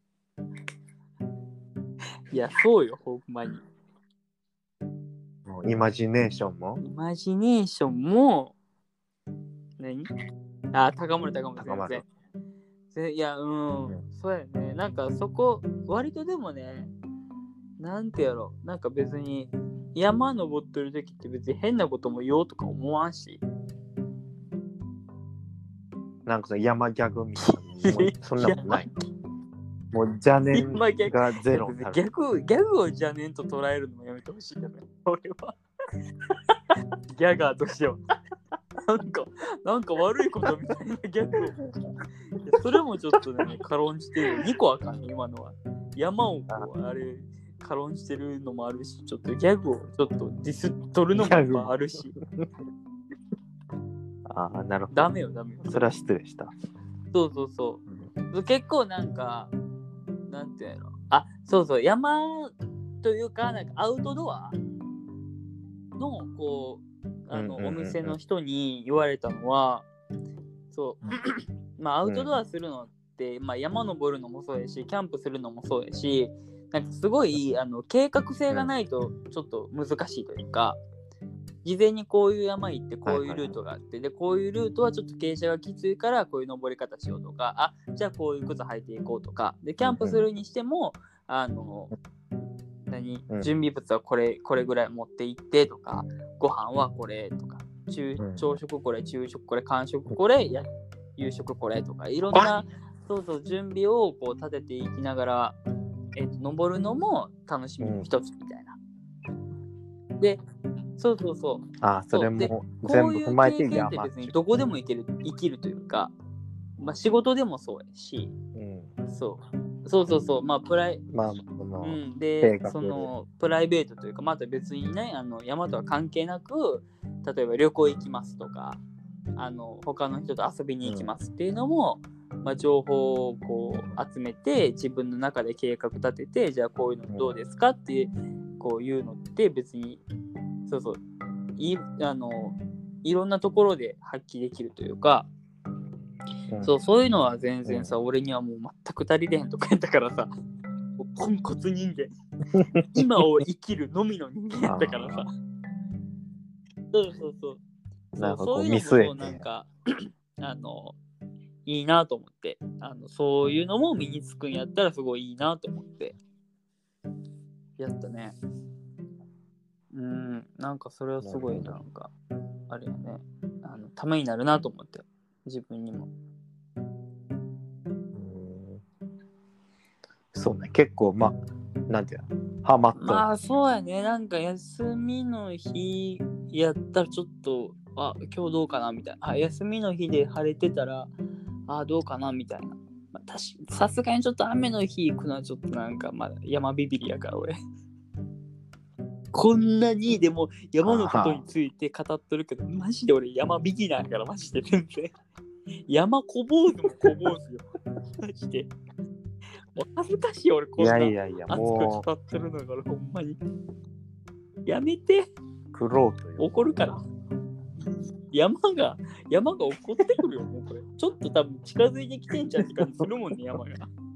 S1: いや、そうよ、ほんまに。
S2: もうイマジネーションも
S1: イマジネーションも、何あ、高まる高まる。
S2: 高まる。
S1: ぜいや、うん、うん、そうやね。なんかそこ、割とでもね、なんてやろ、なんか別に山登ってる時って別に変なことも言おうとか思わんし。
S2: なんかさ、山ギャグみたいな、もうそんなことない。もう邪念がゼロになる。
S1: 逆、ギャグを邪念と捉えるのもやめてほしいけどね、俺は。ギャガーとしては。なんか、なんか悪いことみたいなギャグを。いやそれもちょっとね、軽んじてる。にこあかんね、今のは。山をこう、あれ、軽んじてるのもあるし、ちょっとギャグをちょっとディスっとるのもやっぱあるし。
S2: ああ、なるほど。
S1: ダメよ、ダメよ。
S2: それは失礼した。
S1: そうそうそう。うん、結構なんか、なんていうの、あ、そうそう、山というか、なんかアウトドアの、こう、あの、お店の人に言われたのは、そう、まあ、アウトドアするのって、まあ、山登るのもそうやし、キャンプするのもそうやし、なんかすごいあの計画性がないとちょっと難しいというか、事前にこういう山行ってこういうルートがあって、でこういうルートはちょっと傾斜がきついからこういう登り方しようとか、あ、じゃあこういう靴履いていこうとか、でキャンプするにしても、あの何準備物はこれこれぐらい持って行ってとか、ご飯はこれとか、中朝食これ、昼食これ、間食これ、や夕食これとか、いろんなそうそう準備をこう立てていきながら、えー、と登るのも楽しみの一つみたいな。で、そうそうそう。
S2: ああ、それも全部踏まえて
S1: 山って別にどこでも行ける、生きるというか、まあ仕事でもそうやし、うん、そうそうそうそう、まあプライ、
S2: まあ、その、
S1: うん、で、そのプライベートというか、また別にね、あの山とは関係なく、例えば旅行行きますとか、あの他の人と遊びに行きますっていうのも、うんまあ、情報をこう集めて自分の中で計画立てて、じゃあこういうのどうですかってこういうのって別にそうそう い, あのいろんなところで発揮できるというか、うん、そうそういうのは全然さ、うん、俺にはもう全く足りれへんとかやったからさ、ポンコツ人間今を生きるのみの人間やったからさそうそうそう
S2: なんか
S1: こう
S2: 見据えて
S1: なんかあのいいなと思って、あのそういうのも身につくんやったらすごいいいなと思ってやったね。うん、なんかそれはすごいなんかあれよね、あのためになるなと思って自分にも。
S2: うんそうね、結構まあなんていうのハマった。
S1: まあそうやね、なんか休みの日やったらちょっとあ今日どうかなみたいな、あ休みの日で晴れてたらあどうかなみたいな、まあ、さすがにちょっと雨の日行くのはちょっとなんかまだ山ビビりやから俺こんなにでも山のことについて語っとるけどマジで俺山ビギナーやからマジで全然山小坊主も小坊主よマジで恥ずかしい俺こんな熱く語ってるのからほんまにやめて
S2: クロートよ
S1: 怒るから山が山が怒ってくるよもうこれちょっと多分近づいてきてんじゃんって感じするもんね山が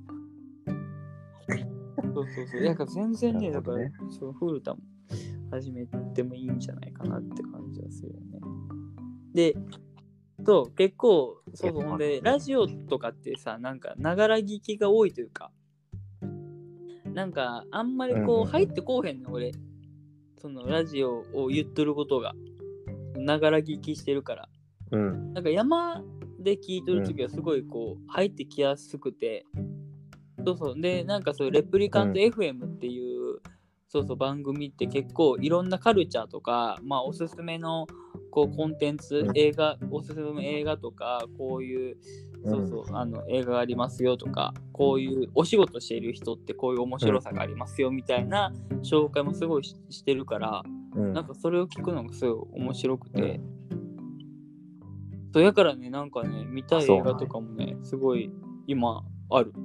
S1: そうそうそうだから全然ね、ねだからそうフルタも始めてもいいんじゃないかなって感じはするよね。でそう結構そうそうほんでラジオとかってさなんかながら聞きが多いというかなんかあんまりこう入ってこうへんの、うんうん、俺そのラジオを言っとることがながら聞きしてるから、うん、なんか山で聞いとるときはすごいこう入ってきやすくてそうそう。で、なんかそういうレプリカント エフエム っていう、うん、そうそう番組って結構いろんなカルチャーとか、まあおすすめのこうコンテンツ、うん、映画、おすすめの映画とか、こういう、そうそう、うん、あの映画がありますよとか、こういうお仕事している人ってこういう面白さがありますよみたいな紹介もすごい し, してるから、うん、なんかそれを聞くのがすごい面白くて、うん、そうやからね、なんかね、見たい映画とかもね、すごい今ある。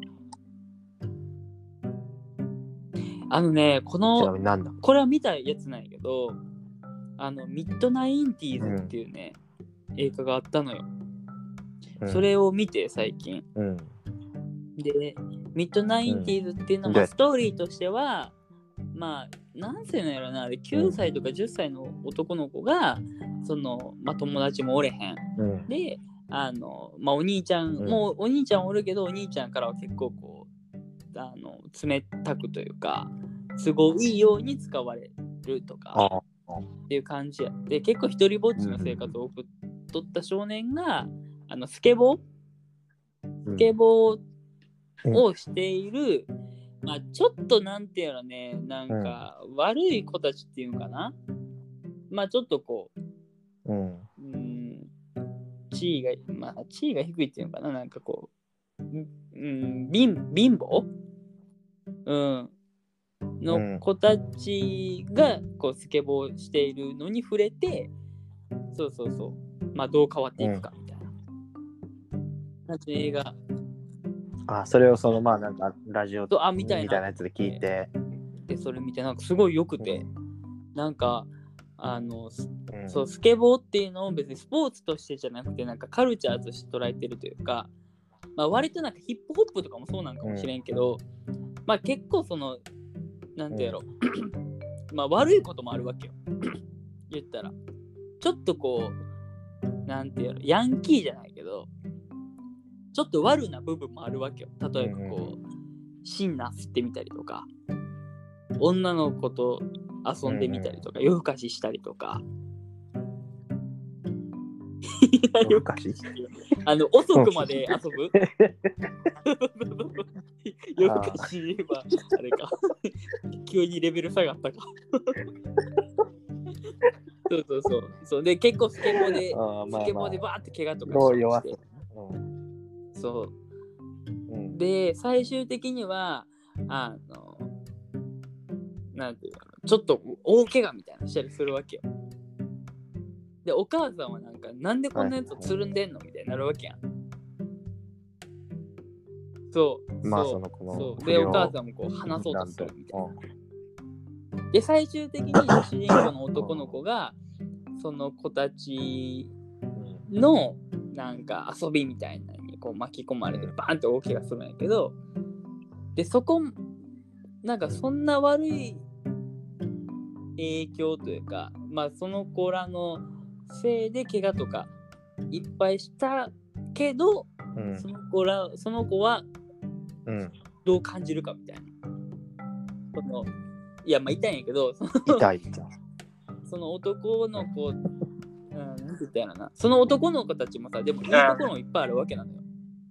S1: あのね、このこれは見たやつなんやけど、あのミッドナインティーズっていうね、うん、映画があったのよ、うん、それを見て最近、うん、でミッドナインティーズっていうのは、うん、ストーリーとしてはまあ何歳なんやろな、あれきゅうさいとかじゅっさいの男の子がその、まあ、友達もおれへん、うん、であの、まあ、お兄ちゃん、うん、もうお兄ちゃんおるけどお兄ちゃんからは結構こうあの冷たくというか都合いいように使われるとかっていう感じやって、結構一人ぼっちの生活を送っとった少年が、うん、あのスケボースケボーをしている、うん、まあちょっとなんていうのね、なんか悪い子たちっていうのかな、まあちょっとこう、うん、うーん地位がまあ地位が低いっていうのかな、なんかこう、うん、貧貧乏うんの子たちがこうスケボーしているのに触れて、そうそうそう、まあどう変わっていくかみたいな感じの映画。
S2: あ、それをそのまあなんかラジオ
S1: とあみたいな
S2: みたいなやつで聞いて、
S1: でそれ見てなんかすごい良くて、うん、なんかあの、うん、そうスケボーっていうのを別にスポーツとしてじゃなくてなんかカルチャーとして捉えてるというか、まあ割となんかヒップホップとかもそうなんかもしれんけど、うん、まあ結構そのなんてやろ、うん、まあ悪いこともあるわけよ言ったらちょっとこうなんてやろヤンキーじゃないけどちょっと悪な部分もあるわけよ。例えばこうシンナー吸ってみたりとか女の子と遊んでみたりとか、うんうん、夜更かししたりとか
S2: 夜更かし
S1: あの遅くまで遊ぶ夜更かしはあれか急にレベル下がったかそうそうそうそうで結構スケボーで、まあまあ、スケボーでバーって怪我とかして、うん、そう、うん、で最終的にはあのなんていうかちょっと大怪我みたいなしたりするわけよ。でお母さんはなんかなんでこんなやつをつるんでんのみたいになるわけやん。そう
S2: まあ
S1: そ
S2: その子の
S1: そうでお母さんもこう話そうとするみたいな。で最終的に主人公の男の子がその子たちのなんか遊びみたいなのにこう巻き込まれてバーンと大怪我するんやけど、でそこなんかそんな悪い影響というか、まあその子らのせいで怪我とかいっぱいしたけど、うん、その子らその子はどう感じるかみたいな。そのいやまあ痛いんやけど、その
S2: 痛い
S1: その男の子、うん、なんて言ったやろな、その男の子たちもさ、でもいいところもいっぱいあるわけなのよ。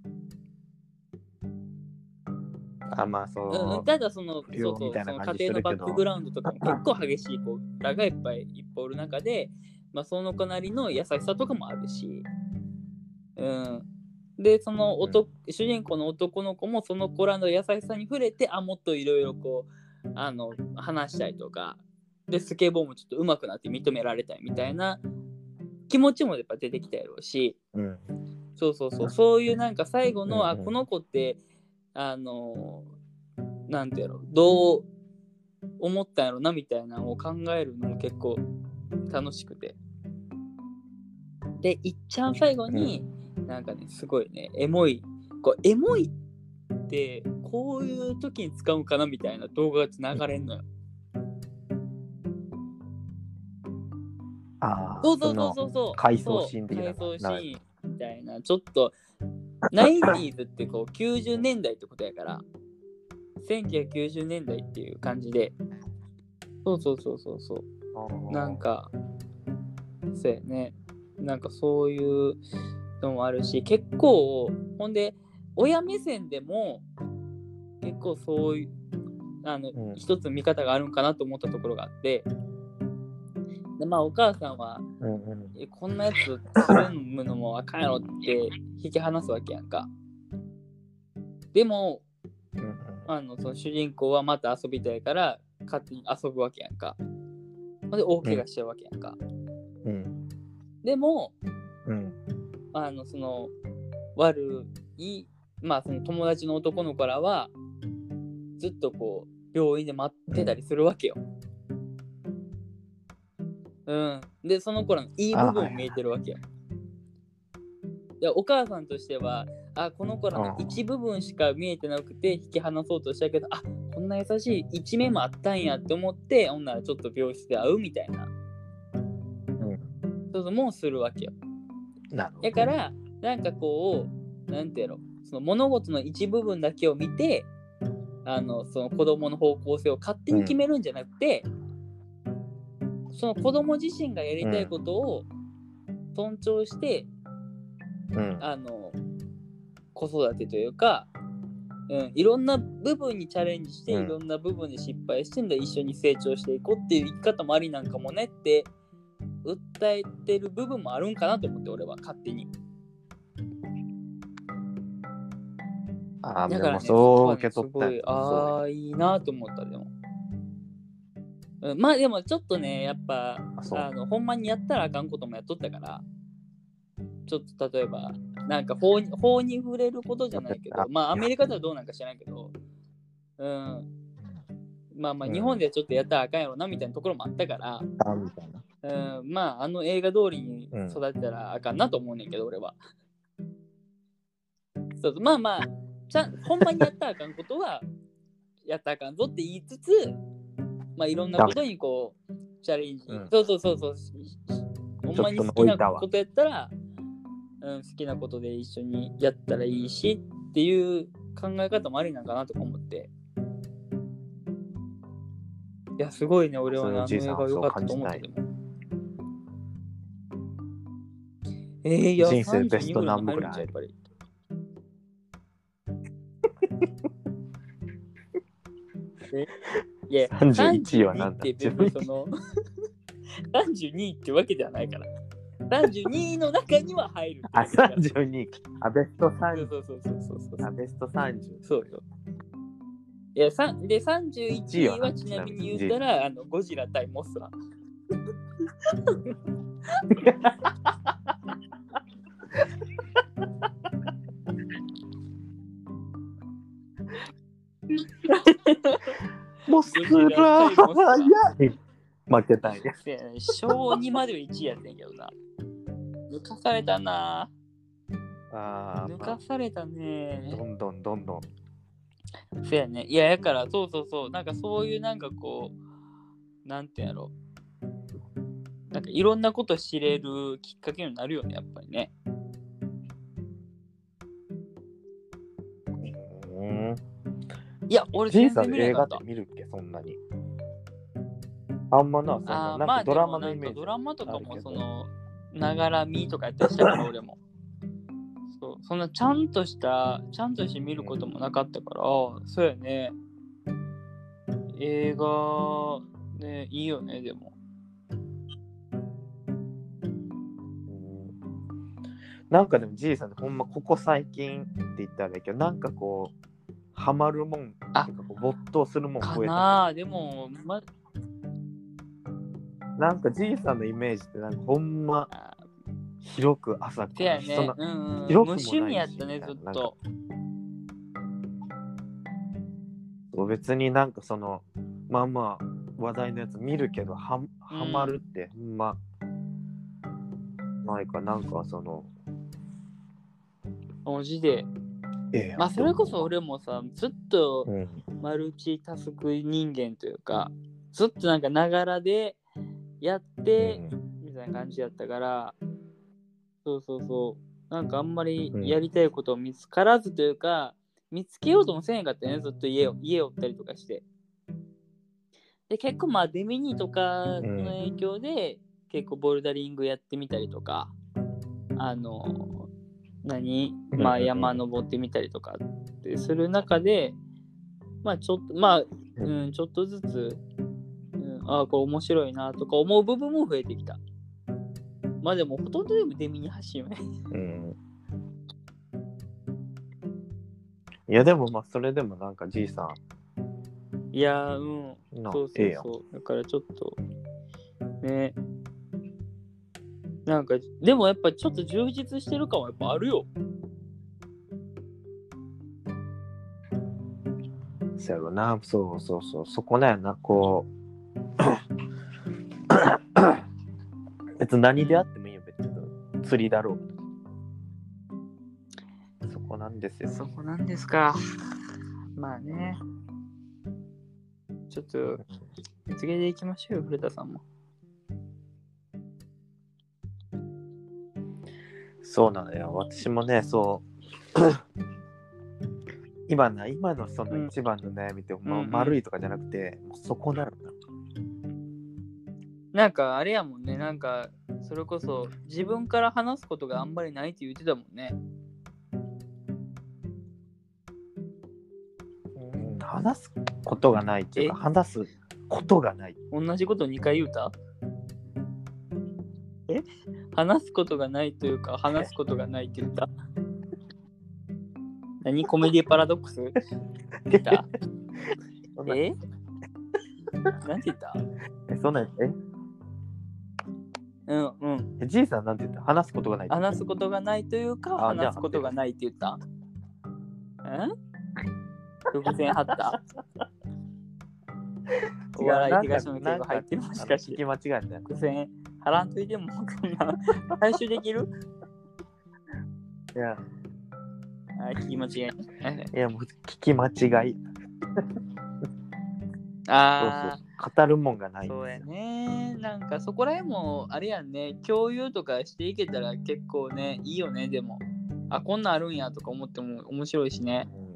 S2: あまあそう、
S1: うん、ただそのそうそうその家庭のバックグラウンドとかも結構激しい子らがいっぱいいっぱいおる中で、まあ、その子なりの優しさとかもあるし、うん、でその男、うん、主人公の男の子もその子らの優しさに触れて、あもっといろいろこうあの話したりとかでスケボーもちょっと上手くなって認められたいみたいな気持ちもやっぱ出てきたやろうし、うん、そうそうそうそういうなんか最後の、うんうん、あこの子ってあのなんてやろどう思ったんやろなみたいなのを考えるのも結構楽しくて、でいっちゃん最後に、うん、なんかねすごいねエモいこうエモいってこういう時に使うかなみたいな動画が流れんのよ。
S2: あ
S1: そうそうそうそうそう
S2: 回想シーン的な
S1: 回想シーンみたいなちょっとナインティーズってこうきゅうじゅうねんだいってことやからせんきゅうひゃくきゅうじゅうねんだいっていう感じで、そうそうそうそうそうなんかそうやね、なんかそういうのもあるし、結構ほんで親目線でも結構そういうあの、
S2: うん、
S1: 一つ見方があるんかなと思ったところがあって、でまあお母さんは、
S2: うんうん、
S1: えこんなやつつるむのもあかんやろって引き離すわけやんか。でも、
S2: うんうん、
S1: あのその主人公はまた遊びたいから勝手に遊ぶわけやんか。で大怪我しちゃうわけやんか。
S2: うん、
S1: でも、
S2: うん、
S1: あのその悪い、まあその友達の男の子らはずっとこう病院で待ってたりするわけよ。うん。でその子らのいい部分を見えてるわけよ。でお母さんとしては、あこの子らの一部分しか見えてなくて引き離そうとしたけど、あこんな優しい一面もあったんやって思って、ほんならちょっと病室で会うみたいな、うん、そうそうもうするわけよ。
S2: なるほど。
S1: だからなんかこうなんていうの、その物事の一部分だけを見て、あのその子供の方向性を勝手に決めるんじゃなくて、うん、その子供自身がやりたいことを尊重して、うん、あの子育てというか、うん、いろんな部分にチャレンジして、うん、いろんな部分で失敗してんだ、一緒に成長していこうっていう生き方もありなんかもねって訴えてる部分もあるんかなと思って、俺は勝手に。
S2: あだからね、そう受け取った、ね、
S1: ああいいなと思った。でも、うん、まあでもちょっとねやっぱ あ, あのほんまにやったらあかんこともやっとったから、ちょっと例えばなんか法に法に触れることじゃないけど、まあアメリカではどうなんか知らないけど、うん、まあまあ日本ではちょっとやったらあかんやろなみたいなところもあったから、うん、うん、まああの映画通りに育てたらあかんなと思うねんけど、俺は。そうそう、まあまあちゃんほんまにやったらあかんことはやったらあかんぞって言いつつ、まあいろんなことにこうチャレンジ、うん、そうそうそうそう、ほんまに好きなことやったら、うん、好きなことで一緒にやったらいいしっていう考え方もありなんかなとか思って、いやすごいね、俺はね、あの映画良かったと思って。でもえー、いや
S2: 人生ベスト何本ぐらいある？
S1: やっぱりえいや
S2: さんじゅういちいはなんだ？
S1: 自分そのさんじゅうにいってわけではないから、さんじゅうにいの中には入る。
S2: あ、さんじゅうにい。あ、ベストさんじゅう。
S1: そうそうそうそうそう。
S2: あ、ベストさんじゅう。
S1: そうよ。いや、さで、さんじゅういちいはちなみに言ったら、あのゴジラ対モスラ。
S2: モスラー負けたいね。
S1: 小にまではいちいやってんけどな。抜かされたな。あ抜かされたね。
S2: どんどんどんどん。
S1: そうやね。いや、だから、そうそうそう。なんかそういうなんかこう、なんてやろう。なんかいろんなこと知れるきっかけになるよね、やっぱりね。
S2: うん。
S1: いや、俺全然見れなかった。
S2: 映画って見るっけ、そんなに。あんまな、そんな、なんかドラマのイメージ。
S1: ドラマとかもその、ながら見とかやったりしたから、俺も。そう、そんなちゃんとした、ちゃんとして見ることもなかったから、そうやね。映画、ね、いいよね、でも。
S2: なんかでもじいさんってほんまここ最近って言ったらだけど、なんかこうハマるもんとかこう没頭するもん増えたか
S1: な。でも、ま、
S2: なんかじいさんのイメージってなんかほんま広く浅く、
S1: ね、
S2: そんな、
S1: うんうん、広くもないし無趣味やったね、ずっと。
S2: そう別になんかそのまあまあ話題のやつ見るけどはハマるってほんまないか、なんかその
S1: 文字で、ええ、まあそれこそ俺もさ、ずっとマルチタスク人間というか、うん、ずっとなんかながらでやって、うん、みたいな感じやったから、そうそうそう、なんかあんまりやりたいことを見つからずというか、うん、見つけようともせんかったね、ずっと家を家をおったりとかして。で結構まあデミニとかの影響で、うん、結構ボルダリングやってみたりとか、あの何、まあ、山登ってみたりとかってする中で、 まあちょっとまあ、うん、ちょっとずつ、うん、ああこれ面白いなとか思う部分も増えてきた。まあでもほとんどでもデミニ発信よね。
S2: うん。いやでもまあそれでもなんかじいさん。
S1: いやーうん。
S2: な
S1: そうそうそう。だからちょっとね。なんかでもやっぱちょっと充実してる感はやっぱあるよ。
S2: そうやろな。そうそうそう。そこだよな。こう。別に何であってもいいよ。別に釣りだろう。そこなんですよ。
S1: そこなんですか。まあね。ちょっと見つけていきましょうよ、古田さんも。
S2: そうなのよ。私もね、そう今な、今のその一番の悩みって、うんま、丸いとかじゃなくて、もうそこなのな。
S1: なんかあれやもんね、なんかそれこそ自分から話すことがあんまりないって言ってたもんね。
S2: うん、話すことがないっていうか、話すことがない。
S1: 同じことにかい言うた？え話すことがないというか、話すことがないって言った？何コメディパラドックス言ったえなんて言った
S2: え、そんなんえ
S1: うんうん。
S2: じいさんなんて言った話すことがない。
S1: 話すことがないというか、話すことがないって言ったん伏線張ったお笑い東野圭が入ってるもしかして。
S2: 聞き間違えたよ。
S1: 伏線張らんといても、こんな回収できる
S2: いや。
S1: あ、聞き間違い。
S2: いや、もう聞き間違い。
S1: ああ、
S2: 語るもんがないんですよ。
S1: そうやね。なんかそこら辺もあれやんね、共有とかしていけたら結構ね、いいよね、でも。あ、こんなんあるんやとか思っても面白いしね。
S2: うん、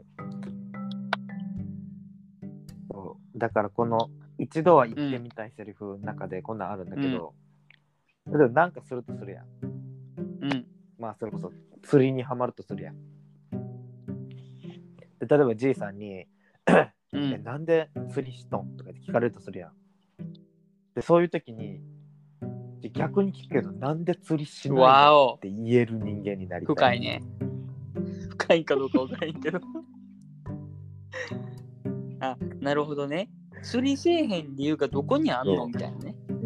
S2: そうだからこの一度は言ってみたいセリフの中でこんなんあるんだけど、うん、例えばなんかするとするやん。
S1: うん。
S2: まあそれこそ釣りにはまるとするやん。で例えばじいさんにうん、えなんで釣りしとんとかって聞かれるとするやん。でそういう時に逆に聞くけどなんで釣りしないのって言える人間になりたい。
S1: 深いね。深いかどうか分からへんけどあ、なるほどね。釣りせえへん理由がどこにあんのみたいなね。
S2: うん。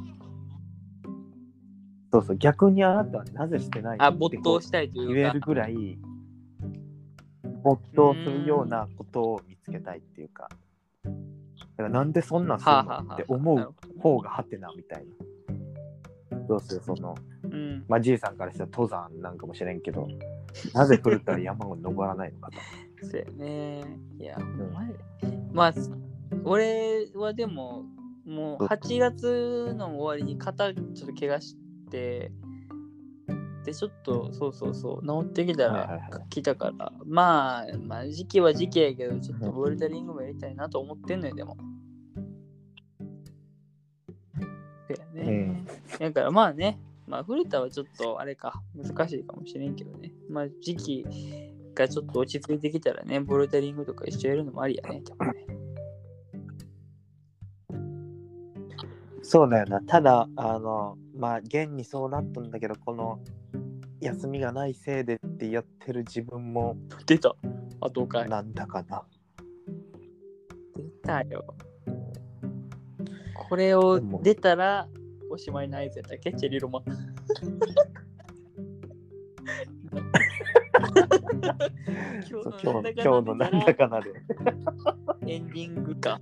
S2: そうそう、逆にあなたはなぜしてないの
S1: あ、没頭したいというか
S2: 言えるぐらい没頭するようなことを見つけたいっていうか、だからなんでそんなんするのって思う方がハテナみたいな。どうするその、うん、まあじいさんからしたら登山なんかもしれんけど、なぜ古田は山を登らないのかと。
S1: そうやね。いや、うん、まあ俺はでももうはちがつの終わりに肩ちょっと怪我してでちょっとそうそうそう治ってきたら来たから、はいはいはい、まあまあ時期は時期やけどちょっとボルダリングもやりたいなと思ってんのよでも。そうやね。うん、だからまあね、まあ古田はちょっとあれか難しいかもしれんけどね。まあ時期がちょっと落ち着いてきたらねボルダリングとか一緒やるのもありやね。でもね
S2: そうだよな。ただあのまあ現にそうなったんだけどこの休みがないせいでってやってる自分も
S1: 出た後かい
S2: なんだかな
S1: 出たよ。これを出たらおしまいの合図やったっけチェリロマ
S2: 今日のなんだかなで
S1: エンディングか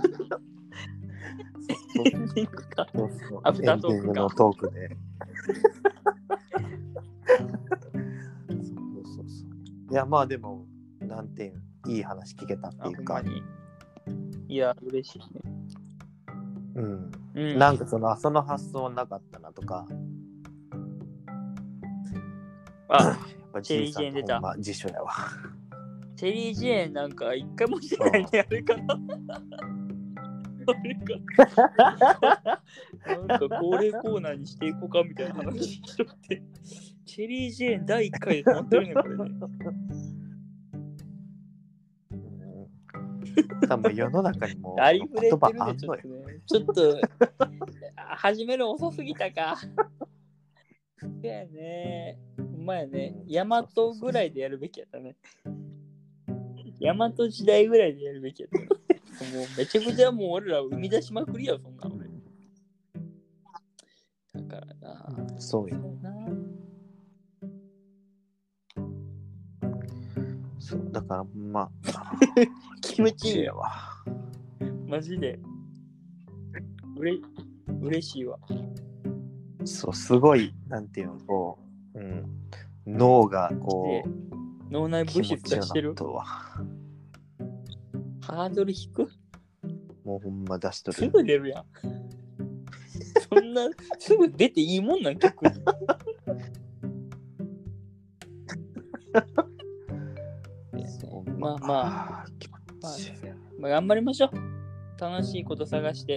S1: エンディングかそうそうアフタートークかエンディングのトークで
S2: そうそうそういやまあでもなんていういい話聞けたっていうか
S1: いや嬉しいね
S2: うん、うん、なんかそのその発想なかったなとか
S1: あやっぱチェリージェーン出た、
S2: まあ、辞書やわ
S1: チェリージェーンなんか一回もしてないねあれかなあれかなんか恒例コーナーにしていこうかみたいな話しとってチェリージェーンだいいっかいで止まってるねこれね
S2: 多分世の中にも
S1: ありふれて
S2: 言葉
S1: るね、
S2: あんのよ。
S1: ちょっとね。ちょっと、始める遅すぎたか。そうやね。ほんまやね。大和ぐらいでやるべきやったね。大和時代ぐらいでやるべきやったね。もうめちゃくちゃもう俺ら生み出しまくりや、そんな俺。だからな。
S2: そうよ。
S1: な
S2: そうだからまあ
S1: 気持ちいい
S2: やわ。
S1: マジで。うれ嬉しいわ。
S2: そうすごいなんていうのこう、うん、脳がこう
S1: 脳内物質出してる。
S2: とは
S1: ハードル低く。
S2: もうほんま出しとる。
S1: すぐ出るやん。そんなすぐ出ていいもんなん曲。まあまあ、まあ、まあ、頑張りましょう。楽しいこと探して。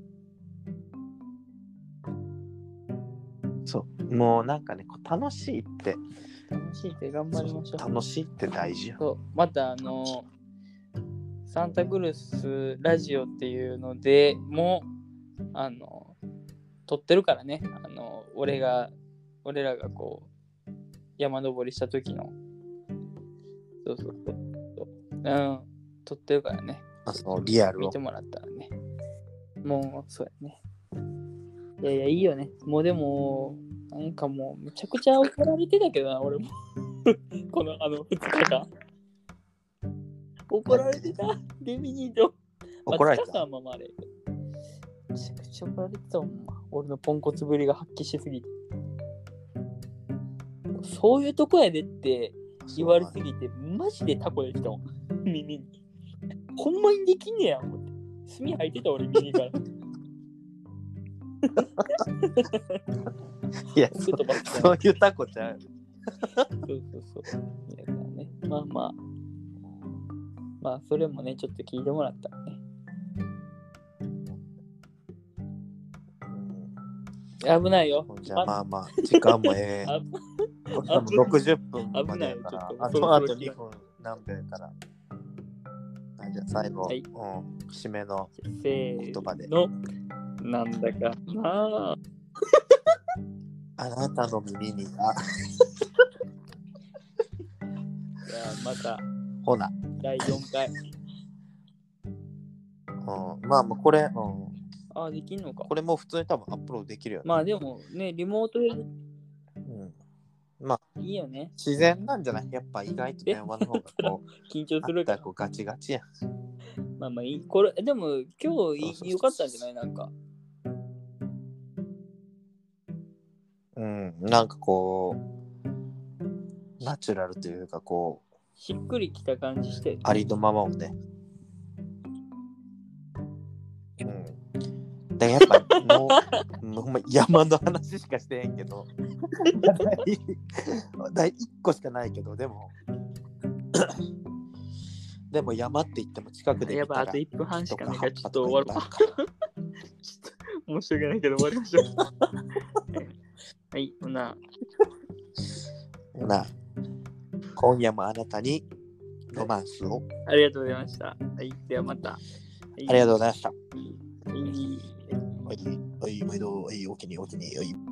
S2: そうもうなんかねこう楽しいって
S1: 楽しいって頑張りましょう。
S2: 楽しいって大事よ。
S1: そうまたあのサンタクルスラジオっていうのでもあの撮ってるからね。あの俺が俺らがこう山登りした時のそうそうそううん撮ってるからね。
S2: あそうリアルを
S1: 見てもらったらね。もうそうやね。いやいやいいよね。もうでもなんかもうめちゃくちゃ怒られてたけどな俺もこのあのふつかかん怒られてたデミニーと
S2: 怒られた。
S1: まあ、まあ、あれめちゃくちゃ怒られてたもん、ま俺のポンコツぶりが発揮しすぎてそういうとこやでって言われすぎてマジでタコできたもん耳にほんまにできんねや思って墨吐いてた俺耳から
S2: いやそそういうタコちゃう
S1: そうそうそうだからねまあまあまあそれもねちょっと聞いてもらったらね、うん、危ないよ。
S2: じゃあまあまあ時間もええこれもろくじゅっぷんまでやからあとあとにふん何秒やからあじゃあ最後、はい、うん、締めの言葉で
S1: のなんだかなあ
S2: あなたの耳にが
S1: じゃあまた
S2: ほな
S1: だいよんかい、
S2: うん、まあまあこれ、うん、
S1: あできんのか
S2: これも普通に多分アップロードできるよね。
S1: まあでもねリモートで、うん、
S2: まあ
S1: いいよね
S2: 自然なんじゃないやっぱ意外と電話の方がこう
S1: 緊張するから
S2: こうガチガチやん。
S1: まあまあいいこれでも今日よかったんじゃないなんか
S2: うんなんかこうナチュラルというかこう
S1: しっくりきた感じして
S2: ありのままをね。うんだからやっぱもうもうほんま山の話しかしてへんけどだいいっこしかないけどでもでも山って言っても近くで
S1: やっぱあといっぷんはんしかないからちょっと終わるか申し訳ないけど終わりましょうはいほな
S2: ほな今夜もあなたにロマンスを
S1: ありがとうございましたはいではまた、はい、
S2: ありがとうございました
S1: はい
S2: はいはい毎度はいお気にお気にはい